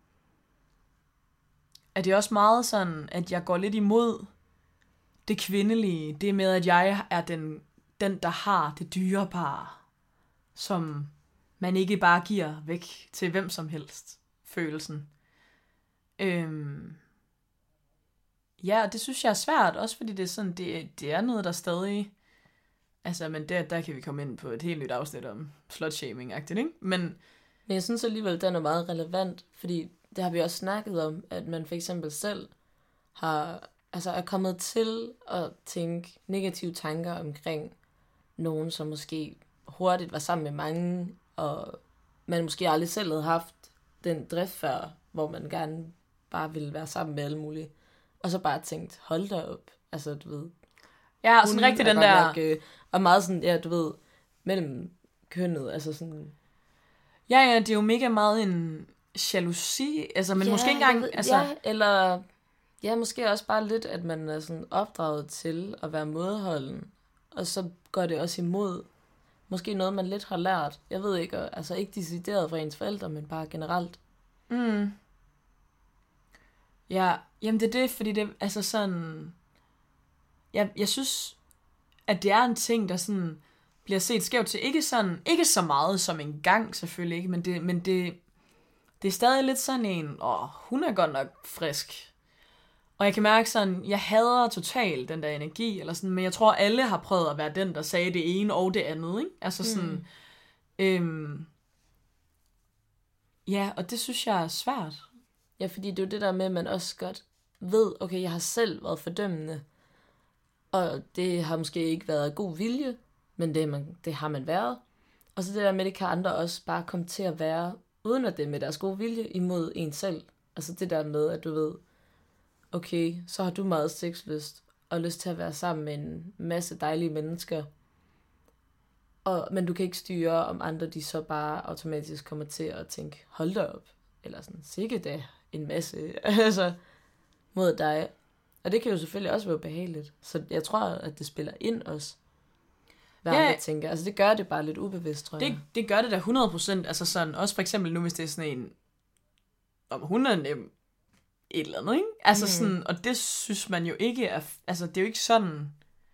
er det også meget sådan, at jeg går lidt imod det kvindelige. Det med, at jeg er den, den der har det dyrebare, som man ikke bare giver væk til hvem som helst, følelsen. Øhm. Ja, og det synes jeg er svært, også fordi det er sådan, det, det er noget, der stadig... Altså, men der, der kan vi komme ind på et helt nyt afsnit om slutshaming-agtigt, ikke? Men, Men jeg synes alligevel, den er meget relevant, fordi det har vi også snakket om, at man for eksempel selv har, altså er kommet til at tænke negative tanker omkring nogen, som måske hurtigt var sammen med mange, og man måske aldrig selv havde haft den drift før, hvor man gerne bare ville være sammen med alle mulige. Og så bare tænkt, hold da op. Altså, du ved. Ja, sådan rigtig den der... Nok, øh, og meget sådan, ja, du ved, mellem kønnet, altså sådan... Ja, ja, det er jo mega meget en jalousi, altså, men ja, måske ikke engang... Ved, altså... Ja, eller... Ja, måske også bare lidt, at man er sådan opdraget til at være modholden. Og så går det også imod... Måske noget, man lidt har lært. Jeg ved ikke, altså ikke decideret fra ens forældre, men bare generelt. Mm. Ja, jamen det er det, fordi det altså sådan... Jeg, jeg synes, at det er en ting, der sådan bliver set skævt til. Ikke sådan, ikke så meget som en gang, selvfølgelig ikke, men det, men det, det er stadig lidt sådan en, åh, hun er godt nok frisk. Og jeg kan mærke sådan, jeg hader totalt den der energi, eller sådan, men jeg tror, alle har prøvet at være den, der sagde det ene og det andet, ikke? Altså sådan, mm. øhm, ja, og det synes jeg er svært. Ja, fordi det er jo det der med, at man også godt ved, okay, jeg har selv været fordømmende, og det har måske ikke været god vilje, men det, man, det har man været. Og så det der med, det kan andre også bare komme til at være, uden at det er med deres gode vilje, imod en selv. Altså det der med, at du ved, okay, så har du meget sexlyst, og lyst til at være sammen med en masse dejlige mennesker, og, men du kan ikke styre, om andre de så bare automatisk kommer til at tænke, hold da op, eller sådan, sikke da, en masse, altså, mod dig. Og det kan jo selvfølgelig også være behageligt. Så jeg tror, at det spiller ind også, hvad ja, andre tænker. Altså det gør det bare lidt ubevidst, tror jeg. Det, det gør det da hundrede procent. Altså sådan, også for eksempel nu, hvis det er sådan en, om hun er nem, et eller andet, ikke? Altså mm. sådan, og det synes man jo ikke er, altså det er jo ikke sådan,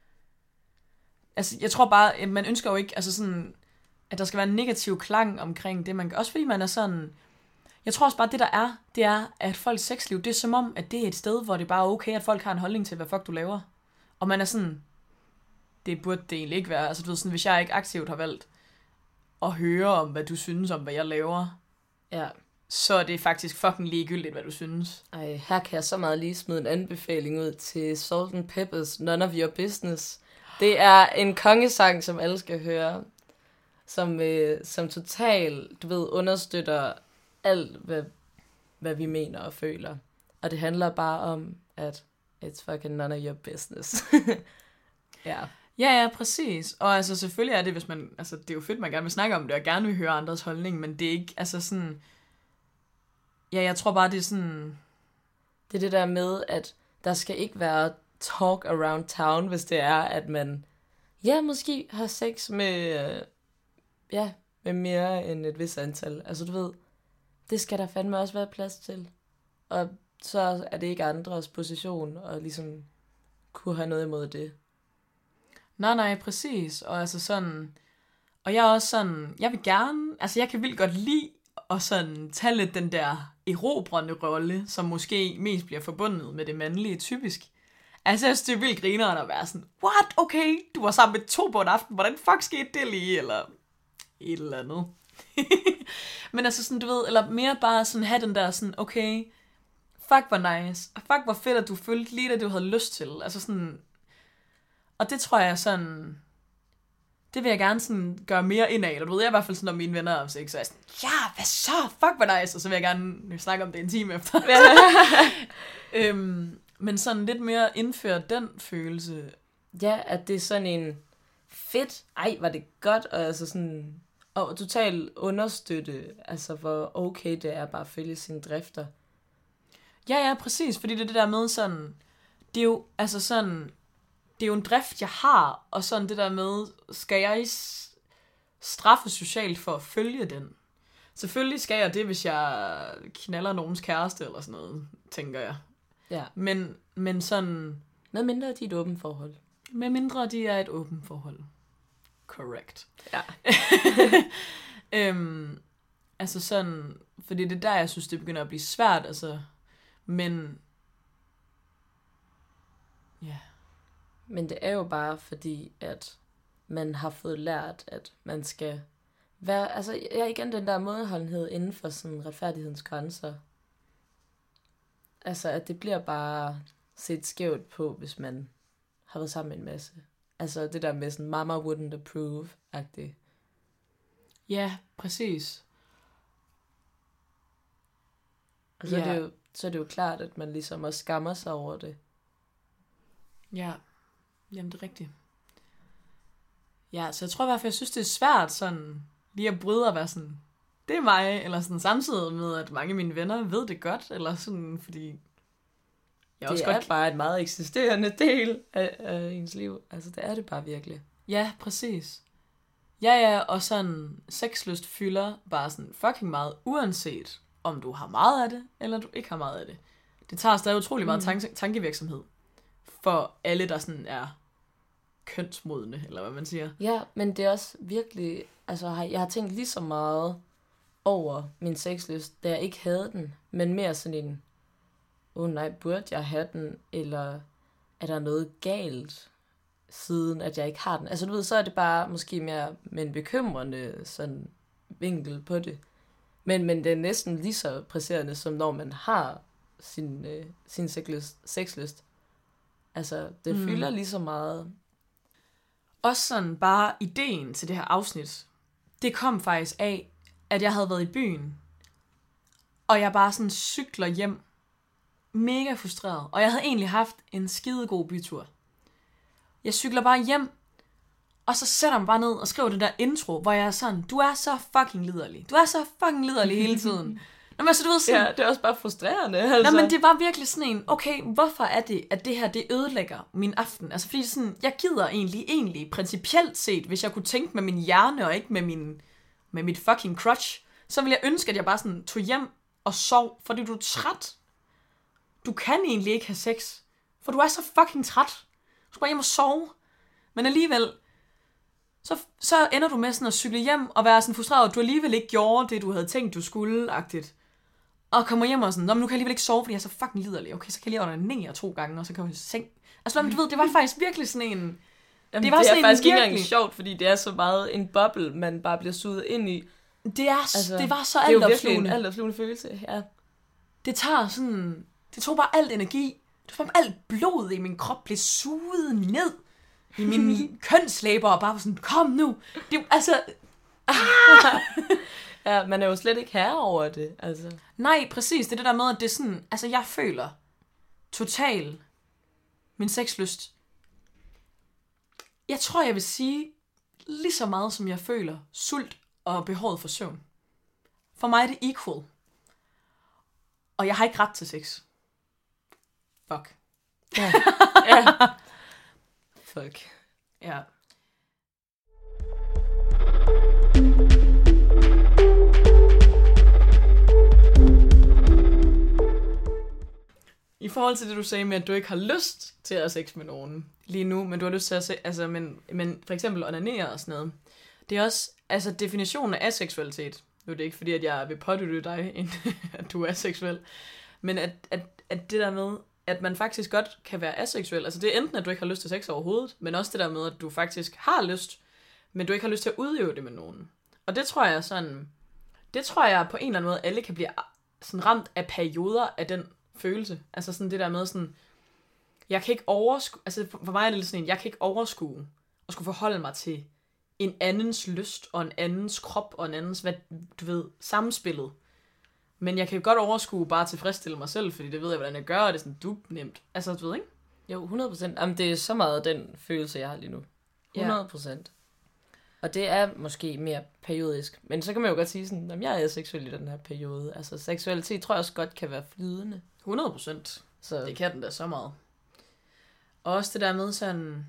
altså jeg tror bare, man ønsker jo ikke, altså sådan, at der skal være en negativ klang omkring det, man gør. Også fordi man er sådan, jeg tror også bare, det der er, det er, at folks sexliv, det er som om, at det er et sted, hvor det bare er okay, at folk har en holdning til, hvad fuck du laver. Og man er sådan, det burde det egentlig ikke være. Altså du ved sådan, hvis jeg ikke aktivt har valgt at høre om, hvad du synes om, hvad jeg laver, ja, så er det faktisk fucking ligegyldigt, hvad du synes. Ej, her kan jeg så meget lige smide en anbefaling ud til Salt and Peppers, None of Your Business. Det er en kongesang, som alle skal høre, som, øh, som totalt, du ved, understøtter alt, hvad, hvad vi mener og føler. Og det handler bare om, at it's fucking none of your business. ja. Ja, ja, præcis. Og altså selvfølgelig er det, hvis man, altså det er jo fedt, man gerne vil snakke om det, og gerne vil høre andres holdning, men det er ikke, altså sådan, ja, jeg tror bare, det er sådan, det er det der med, at der skal ikke være talk around town, hvis det er, at man, ja, måske har sex med, øh, ja, med mere end et vis antal. Altså du ved, det skal der fandme også være plads til. Og så er det ikke andres position at ligesom kunne have noget imod det. Nej, nej, præcis. Og altså sådan, og jeg er også sådan, jeg vil gerne, altså jeg kan vildt godt lide at sådan tage lidt den der erobrende rolle, som måske mest bliver forbundet med det mandlige typisk. Altså jeg synes, det er vildt grineren at være sådan, what, okay, du var sammen med to på en aften, hvordan fuck skete det lige, eller et eller andet. Men altså sådan, du ved, eller mere bare sådan have den der sådan, okay, fuck hvor nice, fuck hvor fedt, at du følte lige det, du havde lyst til. Altså sådan, og det tror jeg sådan, det vil jeg gerne sådan gøre mere indad, eller du ved, jeg er i hvert fald sådan, når mine venner er om sex, så er jeg sådan, ja, hvad så, fuck hvor nice, og så vil jeg gerne snakke om det en time efter. øhm, men sådan lidt mere indføre den følelse. Ja, at det er sådan en fedt, ej, var det godt, og altså sådan, og totalt understøtte, altså hvor okay det er bare at følge sine drifter. Ja, ja, præcis, fordi det er det der med sådan, det er jo, altså sådan, det er jo en drift, jeg har, og sådan det der med, skal jeg straffe socialt for at følge den? Selvfølgelig skal jeg det, hvis jeg knaller nogens kæreste eller sådan noget, tænker jeg. Ja. Men, men sådan... Med mindre de er et åbent forhold. Med mindre de er et åbent forhold. Correct. Ja. øhm, altså sådan, fordi det er der, jeg synes, det begynder at blive svært, altså, men... Ja... Yeah. Men det er jo bare fordi, at man har fået lært, at man skal være, altså jeg er igen den der mådeholdenhed inden for sådan retfærdighedens grænser. Altså at det bliver bare set skævt på, hvis man har været sammen med en masse. Altså det der med sådan, mama wouldn't approve-agtigt. Ja, præcis. Og så, Ja. er det jo, så er det jo klart, at man ligesom også skammer sig over det. Ja, jamen det er rigtigt. Ja, så jeg tror i hvert fald, jeg synes, det er svært sådan, lige at bryde og være sådan, det er mig, eller sådan samtidig med, at mange af mine venner ved det godt, eller sådan, fordi jeg Det også er godt... bare en meget eksisterende del af, af ens liv. Altså, det er det bare virkelig. Ja, præcis. Ja, ja, og sådan, sexlyst fylder bare sådan fucking meget, uanset om du har meget af det, eller du ikke har meget af det. Det tager stadig utrolig meget tanke- tankevirksomhed for alle, der sådan er kønsmodne, eller hvad man siger. Ja, men det er også virkelig... Altså, har- jeg har tænkt lige så meget over min sexlyst, da jeg ikke havde den. Men mere sådan en... Åh oh, nej, burde jeg have den? Eller er der noget galt, siden at jeg ikke har den? Altså, du ved, så er det bare måske mere med en bekymrende sådan, vinkel på det. Men, men det er næsten lige så presserende, som når man har sin, øh, sin sexlyst, sexlyst. Altså, det Mm. fylder lige så meget. Også sådan bare ideen til det her afsnit, det kom faktisk af, at jeg havde været i byen, og jeg bare sådan cykler hjem, mega frustreret, og jeg havde egentlig haft en skidegod bytur. Jeg cykler bare hjem, og så sætter mig bare ned og skriver det der intro, hvor jeg er sådan, du er så fucking liderlig. Du er så fucking liderlig hele tiden. Nå, men altså, du ved sådan, Ja, det er også bare frustrerende. Altså. Nå, men det var virkelig sådan en, okay, hvorfor er det, at det her, det ødelægger min aften? Altså, fordi sådan, jeg gider egentlig, egentlig, principielt set, hvis jeg kunne tænke med min hjerne, og ikke med, min, med mit fucking crutch, så ville jeg ønske, at jeg bare sådan tog hjem og sov, fordi du er træt. Du kan egentlig ikke have sex, for du er så fucking træt. Du skal bare hjem og sove. Men alligevel, så, så ender du med sådan at cykle hjem, og være sådan frustreret, at du alligevel ikke gjorde det, du havde tænkt, du skulle-agtigt. Og kommer hjem og sådan, nå, men nu kan jeg alligevel ikke sove, fordi jeg er så fucking liderlig. Okay, så kan jeg lige ordinere to gange, og så kan jeg i seng. Altså, men du ved, det var faktisk virkelig sådan en... Jamen, det det, var det sådan er faktisk en ikke virkelig... engang sjovt, fordi det er så meget en boble, man bare bliver suget ind i. Det, er, altså, det var så det er jo virkelig en altopslugende. altopslugende følelse. Ja. Det tager sådan... Det tog bare alt energi. Det var alt blod i min krop blev suget ned i mine kønslæber, og bare var sådan, kom nu. Det, altså... Ja, man er jo slet ikke herre over det. Altså. Nej, præcis. Det er det der med, at det er sådan... Altså, jeg føler total min sexlyst. Jeg tror, jeg vil sige lige så meget, som jeg føler sult og behovet for søvn. For mig er det equal. Og jeg har ikke ret til sex. Fuck. Ja. Ja. Fuck. Ja. I forhold til det, du sagde med, at du ikke har lyst til at have sex med nogen lige nu, men du har lyst til at se, altså, men, men for eksempel onanere og sådan noget. Det er også, altså definitionen af aseksualitet. Nu er det ikke fordi, at jeg vil pådytte dig, at du er seksuel, men at, at, at det der med, at man faktisk godt kan være aseksuel, altså det er enten, at du ikke har lyst til sex overhovedet, men også det der med, at du faktisk har lyst, men du ikke har lyst til at udøve det med nogen. Og det tror jeg sådan, det tror jeg på en eller anden måde, alle kan blive sådan ramt af perioder af den følelse. Altså sådan det der med sådan, jeg kan ikke overskue, altså for mig er det lidt sådan en, jeg kan ikke overskue at skulle forholde mig til en andens lyst, og en andens krop, og en andens, hvad du ved, samspillet. Men jeg kan godt overskue bare at tilfredsstille mig selv, fordi det ved jeg, hvordan jeg gør, og det er sådan dubt nemt. Altså, du ved, ikke? Jo, hundrede procent. Jamen, det er så meget den følelse, jeg har lige nu. hundrede procent. Og det er måske mere periodisk. Men så kan man jo godt sige sådan, at jeg er seksuel i den her periode. Altså, seksualitet tror jeg også godt kan være flydende. hundrede procent. Så Det kan den da så meget. Og også det der med sådan,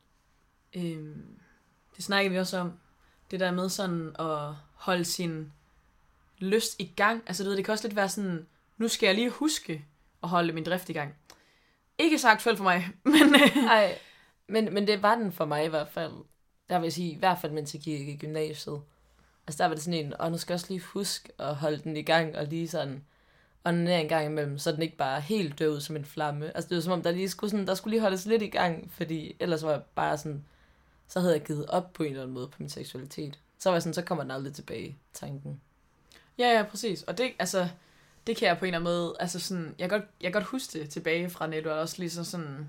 øhm, det snakker vi også om, det der med sådan at holde sin lyst i gang. Altså du ved, det kan også lidt være sådan, nu skal jeg lige huske at holde min drift i gang. Ikke så aktuelt for mig, men... Ej, men, men det var den for mig i hvert fald. Der vil jeg sige, i hvert fald mens jeg gik i gymnasiet. Altså der var det sådan en, og nu skal jeg også lige huske at holde den i gang, og lige sådan, og ned en gang imellem, så den ikke bare helt død som en flamme. Altså det var som om, der lige skulle sådan, der skulle lige holdes lidt i gang, fordi ellers var jeg bare sådan, så havde jeg givet op på en eller anden måde på min seksualitet. Så var jeg sådan, så kommer den aldrig tilbage, tanken. Ja, ja, præcis. Og det, altså, det kan jeg på en eller anden måde, altså sådan, jeg kan godt, jeg kan godt huske det tilbage fra netto, og også lige så sådan,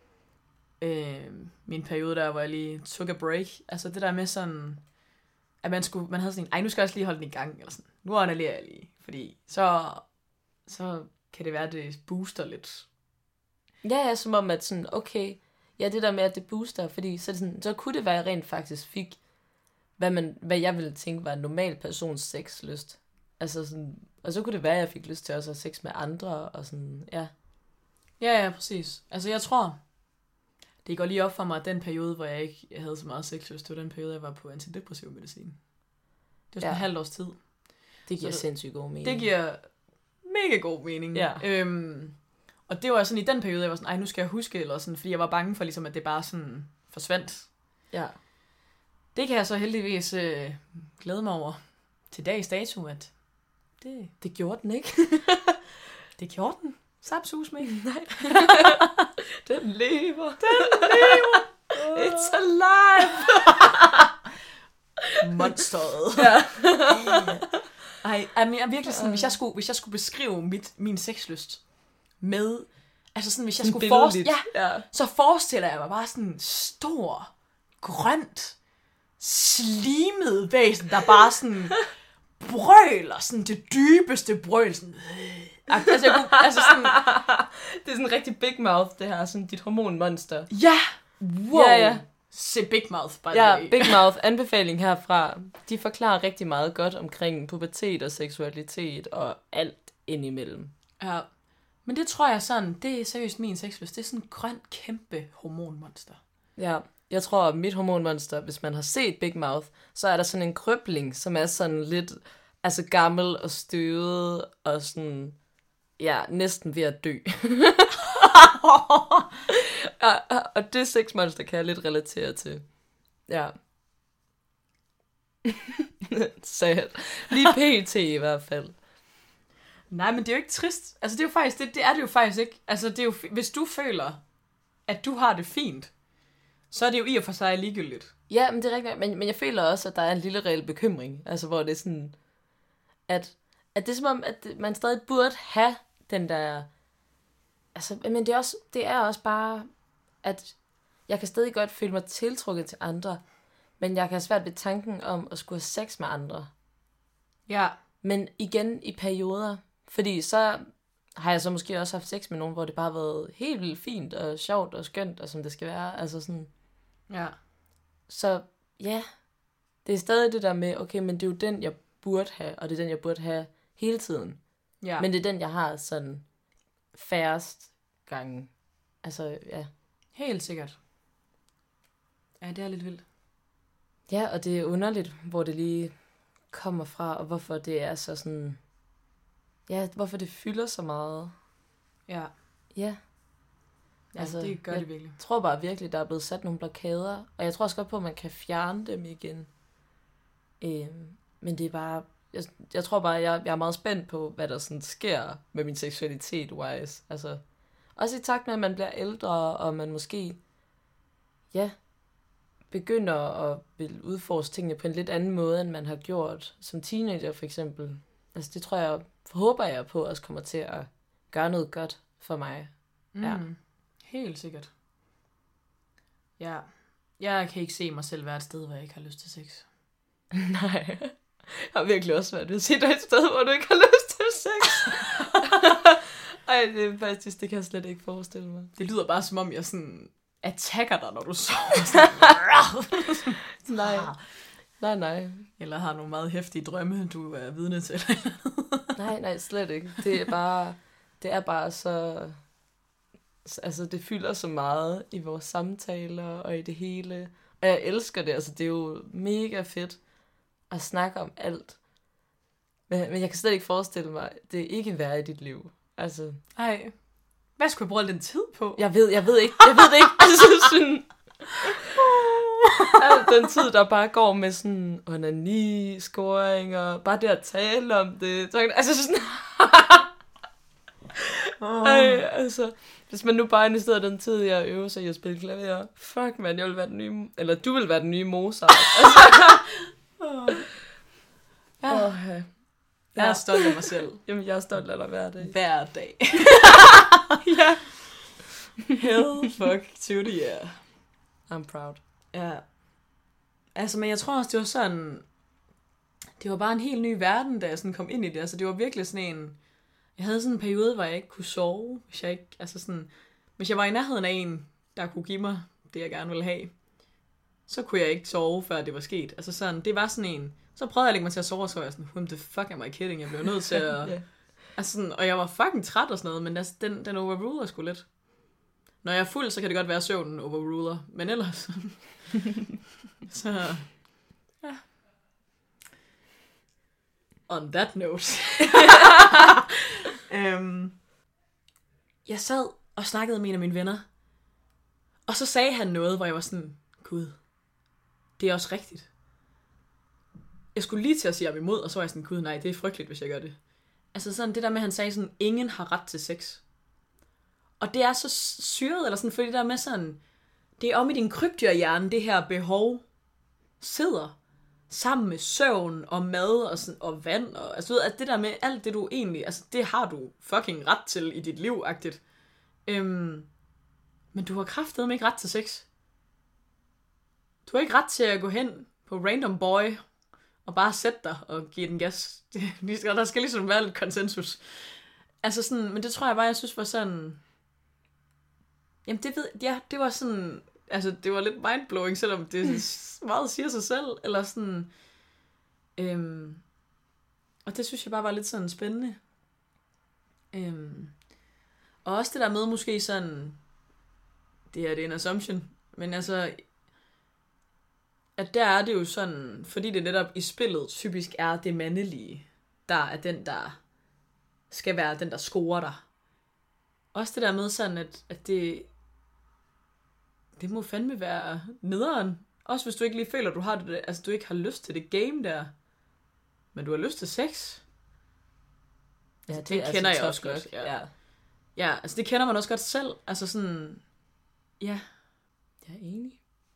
øh, min periode der, hvor jeg lige took a break. Altså det der med sådan, at man skulle, man havde sådan en, ej, nu skal jeg også lige holde den i gang, eller sådan, nu analyserer jeg lige, fordi så, så kan det være, at det booster lidt. Ja, ja, som om at sådan, okay, ja, det der med, at det booster, fordi så, er det sådan, så kunne det være, at jeg rent faktisk fik, hvad, man, hvad jeg ville tænke var en normal persons sexlyst. Altså sådan, og så kunne det være, at jeg fik lyst til også at have sex med andre, og sådan, ja. Ja, ja, præcis. Altså, jeg tror, det går lige op for mig, at den periode, hvor jeg ikke havde så meget sexlyst, det var den periode, jeg var på antidepressiv medicin. Det var sådan ja. en halvt års tid. Det giver så sindssygt god mening. Det giver mega god mening. Ja. Øhm, og det var sådan i den periode, jeg var sådan, ej, nu skal jeg huske, eller sådan, fordi jeg var bange for, ligesom, at det bare sådan forsvandt. Ja. Det kan jeg så heldigvis øh, glæde mig over til dags dato, at det, det gjorde den ikke. det gjorde den. Sapsus med. Nej. Den lever. Den lever. It's alive. Monsteret. Ja. Ej, jeg er virkelig sådan, hvis jeg skulle, hvis jeg skulle beskrive mit, min sexlyst med, altså sådan, hvis jeg skulle forestille, ja, ja, så forestiller jeg mig bare sådan en stor, grønt, slimet væsen, der bare sådan brøler, sådan det dybeste brøl, sådan, altså, jeg kunne, altså sådan, det er sådan en rigtig big mouth, det her, sådan dit hormonmonster. Ja, wow. Ja, ja. Se Big Mouth, by the ja, way. Big Mouth, anbefaling herfra. De forklarer rigtig meget godt omkring pubertet og seksualitet og alt indimellem. Ja, men det tror jeg sådan, det er seriøst min sexlyst. Det er sådan en grøn, kæmpe hormonmonster. Ja, jeg tror, at mit hormonmonster, hvis man har set Big Mouth, så er der sådan en krøbling, som er sådan lidt altså gammel og støvet og sådan, ja, næsten ved at dø. Ja, og det sexmonster kan jeg lidt relatere til. Ja. Sad. Lige pt i hvert fald. Nej, men det er jo ikke trist. Altså, det er jo faktisk, det, det er det jo faktisk ikke. Altså, det er jo, hvis du føler, at du har det fint, så er det jo i og for sig ligegyldigt. Ja, men det er rigtigt. Men, men jeg føler også, at der er en lille reel bekymring. Altså, hvor det er sådan, at, at det er som om, at man stadig burde have den der. Altså, men det er også, det er også bare, at jeg kan stadig godt føle mig tiltrukket til andre, men jeg kan have svært ved tanken om at skulle have sex med andre. Ja. Men igen i perioder, fordi så har jeg så måske også haft sex med nogen, hvor det bare har været helt vildt fint og sjovt og skønt, og som det skal være. Altså sådan. Ja. Så ja, det er stadig det der med, okay, men det er jo den, jeg burde have, og det er den, jeg burde have hele tiden. Ja. Men det er den, jeg har sådan færrest gange. Altså, ja. Helt sikkert. Ja, det er lidt vildt. Ja, og det er underligt, hvor det lige kommer fra, og hvorfor det er så sådan. Ja, hvorfor det fylder så meget. Ja. Ja. Ja, altså, det gør det virkelig. Jeg tror bare virkelig, der er blevet sat nogle blokader, og jeg tror også godt på, at man kan fjerne dem igen. Øhm, men det er bare. Jeg, jeg tror bare, jeg, jeg er meget spændt på, hvad der sådan sker med min seksualitet-wise. Altså, også i takt med, at man bliver ældre, og man måske, ja, begynder at vil udforske tingene på en lidt anden måde, end man har gjort som teenager, for eksempel. Altså, det tror jeg, håber jeg på, også kommer til at gøre noget godt for mig. Mm, ja. Helt sikkert. Ja. Jeg kan ikke se mig selv være et sted, hvor jeg ikke har lyst til sex. Nej. Jeg har virkelig også været ved at se dig et sted, hvor du ikke har lyst til sex. Ej, det er faktisk, det kan jeg slet ikke forestille mig. Det lyder bare som om, jeg sådan attacker dig, når du sover. Nej. Nej, nej. Eller har nogle meget heftige drømme, du er vidne til. Nej, nej, slet ikke. Det er bare, det er bare så, altså det fylder så meget i vores samtaler og i det hele. Og jeg elsker det, altså det er jo mega fedt at snakke om alt. Men, men jeg kan slet ikke forestille mig, det ikke være i dit liv. Altså. Ej, hvad skulle jeg bruge al den tid på? Jeg ved, jeg ved ikke, jeg ved det ikke. Altså sådan, al den tid, der bare går med sådan onani, scoring og bare det at tale om det. Altså sådan. Oh. Ej, altså, hvis man nu bare investerer den tid i at øve sig i at spille klaver, fuck man, jeg vil være den nye, eller du vil være den nye Mozart. Altså. oh. Ja. Oh, ja. Jeg er stolt af mig selv. Jamen, jeg er stolt af dig hver dag. Hver dag. Ja. Hell fuck to the yeah. I'm proud. Ja. Altså, men jeg tror også, det var sådan, det var bare en helt ny verden, da jeg sådan kom ind i det. Altså, det var virkelig sådan en, Jeg havde sådan en periode, hvor jeg ikke kunne sove, hvis jeg ikke, altså sådan, hvis jeg var i nærheden af en, der kunne give mig det, jeg gerne ville have, så kunne jeg ikke sove, før det var sket. Altså sådan, det var sådan en, så prøvede jeg at lægge mig til at sove, og så var jeg sådan, whom the fuck am I kidding? Jeg blev nødt til at, yeah. altså sådan, og jeg var fucking træt og sådan noget, men altså, den, den overruler sgu lidt. Når jeg er fuld, så kan det godt være, at søvnen overruler, men ellers, så, ja. On that note. um, jeg sad og snakkede med en af mine venner, og så sagde han noget, hvor jeg var sådan, gud, det er også rigtigt. Jeg skulle lige til at sige ham imod, og så var jeg sådan, gud nej, det er frygteligt, hvis jeg gør det. Altså sådan det der med, at han sagde sådan, ingen har ret til sex. Og det er så syret, eller sådan, fordi det der med sådan, det er om i din krybdyrhjerne, det her behov sidder sammen med søvn og mad og, sådan, og vand. Og, altså, ved, at det der med alt det, du egentlig, altså det har du fucking ret til i dit liv-agtigt. Øhm, men du har kraftedeme ikke ret til sex. Du har ikke ret til at gå hen på Random Boy og bare sætte dig og give den gas. Der skal ligesom være lidt konsensus. Altså sådan, men det tror jeg bare, jeg synes var sådan... Jamen det ved ja, det var sådan... Altså det var lidt mindblowing, selvom det meget siger sig selv, eller sådan... Øhm, og det synes jeg bare var lidt sådan spændende. Øhm, og også det der med måske sådan... Det her det er en assumption, men altså... At der er det jo sådan, fordi det netop i spillet typisk er det mandelige, der er den, der skal være den, der scorer dig. Også det der med sådan, at, at det, det må fandme være nederen. Også hvis du ikke lige føler, at du har det, altså du ikke har lyst til det game der, men du har lyst til sex. Ja, det, det kender altså jeg også godt. Ja. Ja. ja, altså det kender man også godt selv. Altså sådan, ja. Jeg er enig.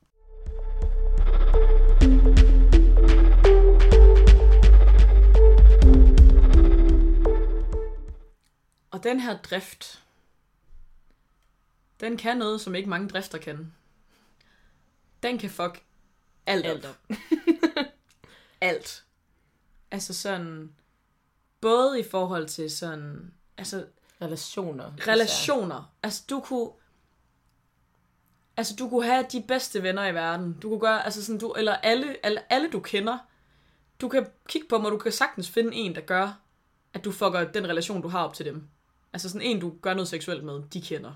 Og den her drift, den kan noget, som ikke mange drifter kan. Den kan fuck alt, alt op. alt. Altså sådan, både i forhold til sådan, altså relationer. Relationer. Altså du kunne, altså du kunne have de bedste venner i verden. Du kunne gøre, altså sådan du, eller alle, alle, alle du kender. Du kan kigge på dem, og du kan sagtens finde en, der gør, at du fucker den relation, du har op til dem. Altså sådan en, du gør noget seksuelt med, de kender.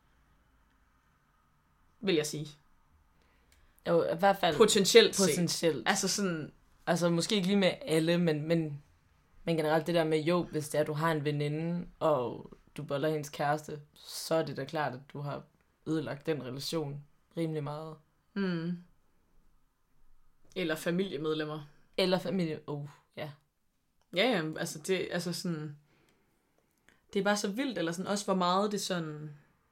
Vil jeg sige. Jo, i hvert fald. Potentielt Potentielt. set. Altså sådan. Altså måske ikke lige med alle, men, men, men generelt det der med, jo, hvis det er, at du har en veninde, og du boller hendes kæreste, så er det da klart, at du har ødelagt den relation rimelig meget. Mm. Eller familiemedlemmer. Eller familie, oh, ja. Ja, ja, altså det, altså sådan, det er bare så vildt, eller sådan også, hvor meget det sådan,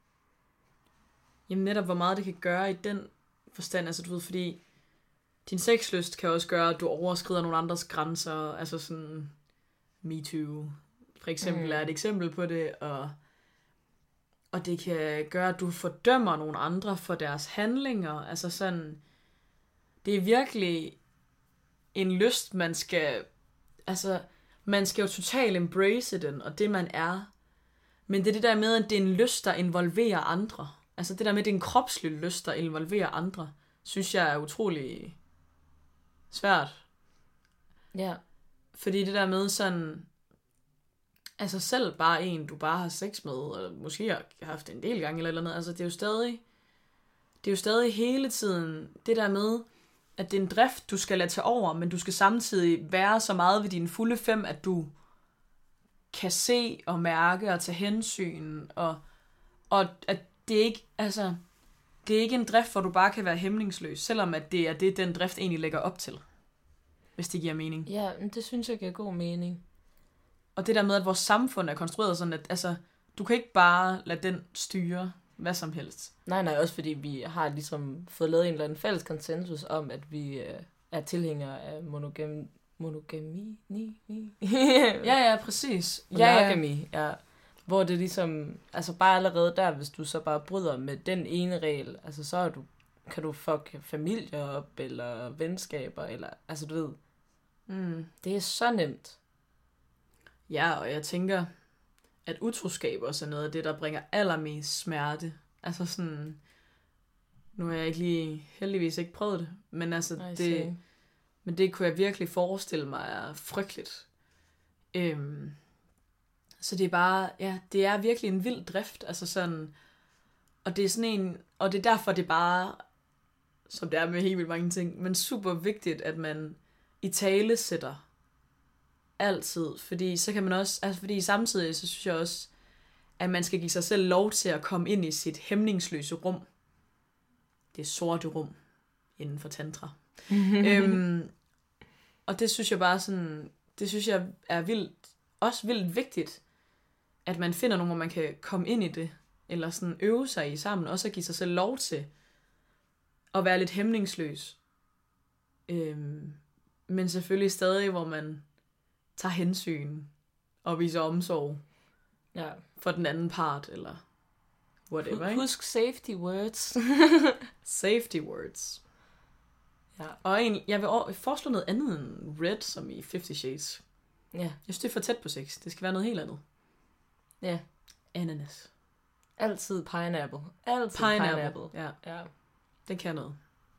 jamen netop, hvor meget det kan gøre i den forstand, altså du ved, fordi din sexlyst kan også gøre, at du overskrider nogle andres grænser, altså sådan, MeToo, for eksempel, mm. er et eksempel på det, og, og det kan gøre, at du fordømmer nogle andre for deres handlinger, altså sådan, det er virkelig en lyst, man skal, altså, man skal jo totalt embrace den, og det man er. Men det er det der med, at det er en lyst, der involverer andre. Altså det der med, at det er en kropslig lyst, der involverer andre, synes jeg er utrolig svært. Ja. Fordi det der med sådan, altså selv bare en, du bare har sex med, eller måske har haft en del gange eller eller andet, altså det er jo stadig, det er jo stadig hele tiden det der med, at det er en drift, du skal lade tage over, men du skal samtidig være så meget ved dine fulde fem, at du kan se og mærke og tage hensyn, og, og at det ikke, altså, det er ikke en drift, hvor du bare kan være hæmningsløs, selvom at det er det, den drift egentlig lægger op til, hvis det giver mening. Ja, men det synes jeg giver god mening. Og det der med, at vores samfund er konstrueret sådan, at altså, du kan ikke bare lade den styre hvad som helst. Nej, nej, også fordi vi har ligesom fået lavet en eller anden fælles konsensus om, at vi øh, er tilhængere af monogami. Monogami? Ni, ni. ja, ja, præcis. Monogami, ja, ja. Hvor det ligesom, altså bare allerede der, hvis du så bare bryder med den ene regel, altså så er du, kan du fuck familier op, eller venskaber, eller, altså du ved, mm. det er så nemt. Ja, og jeg tænker, at utroskab også er noget af det, der bringer allermest smerte. Altså sådan, nu har jeg ikke lige, heldigvis ikke prøvet det, men altså Nej, det, men det kunne jeg virkelig forestille mig er frygteligt. Øhm, så det er bare, ja, det er virkelig en vild drift, altså sådan, og det er sådan en, og det er derfor, det er bare, som det er med helt vildt mange ting, men super vigtigt, at man i tale sætter altid, fordi så kan man også, altså fordi samtidig, så synes jeg også, at man skal give sig selv lov til at komme ind i sit hæmningsløse rum. Det sorte rum inden for tantra. øhm, og det synes jeg bare sådan, det synes jeg er vildt, også vildt vigtigt, at man finder nogen, hvor man kan komme ind i det, eller sådan øve sig i sammen, også at give sig selv lov til at være lidt hæmningsløs. Øhm, men selvfølgelig stadig, hvor man tager hensyn og viser omsorg ja. For den anden part, eller whatever, ikke? Husk safety words. Safety words. Ja. Og en, jeg vil foreslå noget andet end red, som i Fifty Shades. Ja. Jeg synes, det er for tæt på sex. Det skal være noget helt andet. Ja. Ananas. Altid pineapple. Altid Pineapple. pineapple. Ja. Ja. Den kan noget.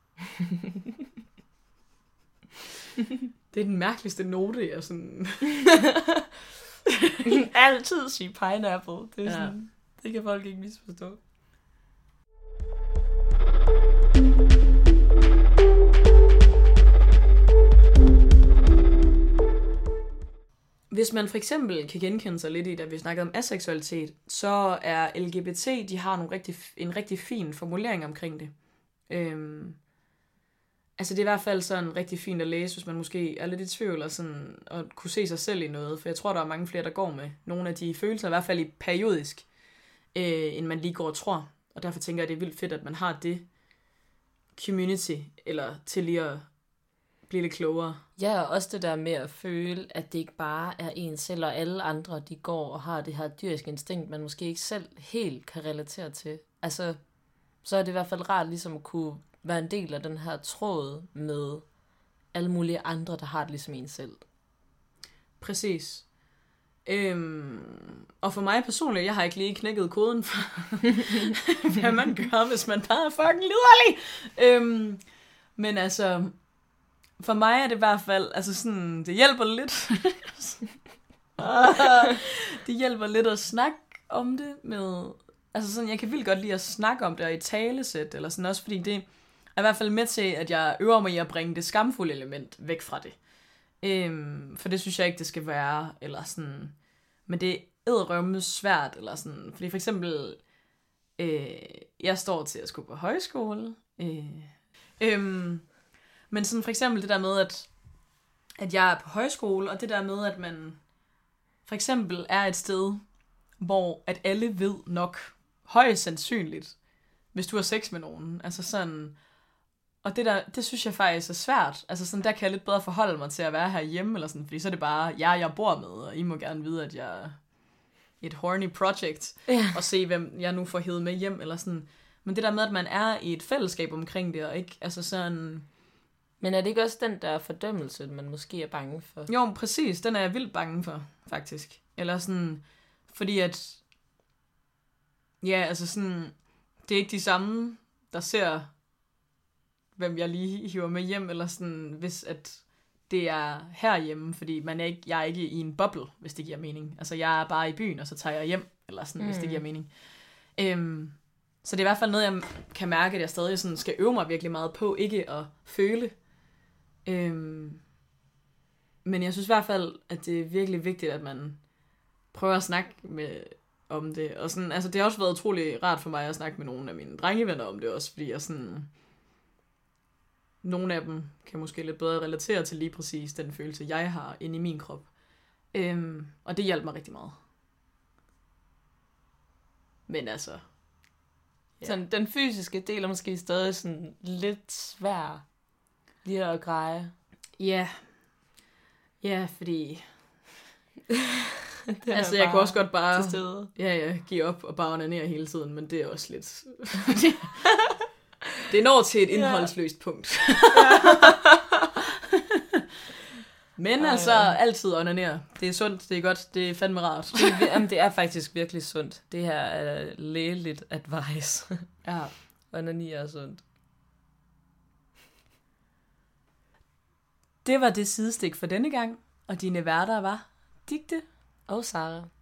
Det er den mærkeligste note, jeg sådan... Altid sige pineapple. Det, er ja. sådan, det kan folk ikke misforstå. Hvis man for eksempel kan genkende sig lidt i, da vi snakkede om aseksualitet, så er L G B T, de har nogle rigtig, en rigtig fin formulering omkring det. Øhm, altså det er i hvert fald sådan rigtig fint at læse, hvis man måske er lidt i tvivl og, sådan, og kunne se sig selv i noget. For jeg tror, der er mange flere, der går med nogle af de følelser, i hvert fald i periodisk, øh, end man lige går og tror. Og derfor tænker jeg, det er vildt fedt, at man har det community, eller til lige at blive lidt klogere. Ja, og også det der med at føle, at det ikke bare er en selv, og alle andre, de går og har det her dyriske instinkt, man måske ikke selv helt kan relatere til. Altså, så er det i hvert fald rart ligesom at kunne være en del af den her tråd med alle mulige andre, der har det ligesom en selv. Præcis. Øhm, og for mig personligt, jeg har ikke lige knækket koden for, hvad man gør, hvis man bare er fucking liderlig. Øhm, men altså, for mig er det i hvert fald, altså sådan, det hjælper lidt. Det hjælper lidt at snakke om det med, altså sådan, jeg kan vildt godt lide at snakke om det og i talesæt, eller sådan også, fordi det er i hvert fald med til, at jeg øver mig i at bringe det skamfulde element væk fra det. Øhm, for det synes jeg ikke, det skal være, eller sådan, men det er edderrømme svært, eller sådan, fordi for eksempel, øh, jeg står til at skulle på højskole, øh, øhm, men sådan for eksempel det der med, at, at jeg er på højskole, og det der med, at man for eksempel er et sted, hvor at alle ved nok, højst sandsynligt, hvis du har sex med nogen, altså sådan, og det der, det synes jeg faktisk er svært, altså sådan, der kan jeg lidt bedre forholde mig til at være herhjemme, eller sådan, fordi så er det bare, jeg, jeg bor med, og I må gerne vide, at jeg er et horny project, ja. Og se, hvem jeg nu får hævet med hjem, eller sådan, men det der med, at man er i et fællesskab omkring det, og ikke, altså sådan... Men er det ikke også den der fordømmelse, man måske er bange for? Jo, præcis, den er jeg vildt bange for, faktisk, eller sådan, fordi at, ja, altså sådan, det er ikke de samme, der ser, hvem jeg lige hiver med hjem, eller sådan, hvis at det er herhjemme, fordi man er ikke, jeg er ikke i en boble, hvis det giver mening. Altså, jeg er bare i byen, og så tager jeg hjem, eller sådan, mm. hvis det giver mening. Øhm, så det er i hvert fald noget, jeg kan mærke, at jeg stadig sådan skal øve mig virkelig meget på, ikke at føle. Øhm, men jeg synes i hvert fald, at det er virkelig vigtigt, at man prøver at snakke med om det. Og sådan, altså, det har også været utrolig rart for mig at snakke med nogle af mine drengevenner om det også, fordi jeg sådan... Nogle af dem kan måske lidt bedre relatere til lige præcis den følelse, jeg har inde i min krop. Øhm, og det hjalp mig rigtig meget. Men altså... Ja. Sådan, den fysiske del er måske stadig sådan lidt svær lige at greje. Ja. Ja, fordi... altså, jeg kunne også godt bare... Ja, ja, give op og bare onanere hele tiden, men det er også lidt... Det når til et indholdsløst punkt. Men Men Ej, altså, ja. altid onanere. Det er sundt, det er godt, det er fandme rart. Det er, jamen, det er faktisk virkelig sundt. Det her er lægeligt advice. Ja. Onani er sundt. Det var det sidestik for denne gang, og dine værter var Digte Og Sara.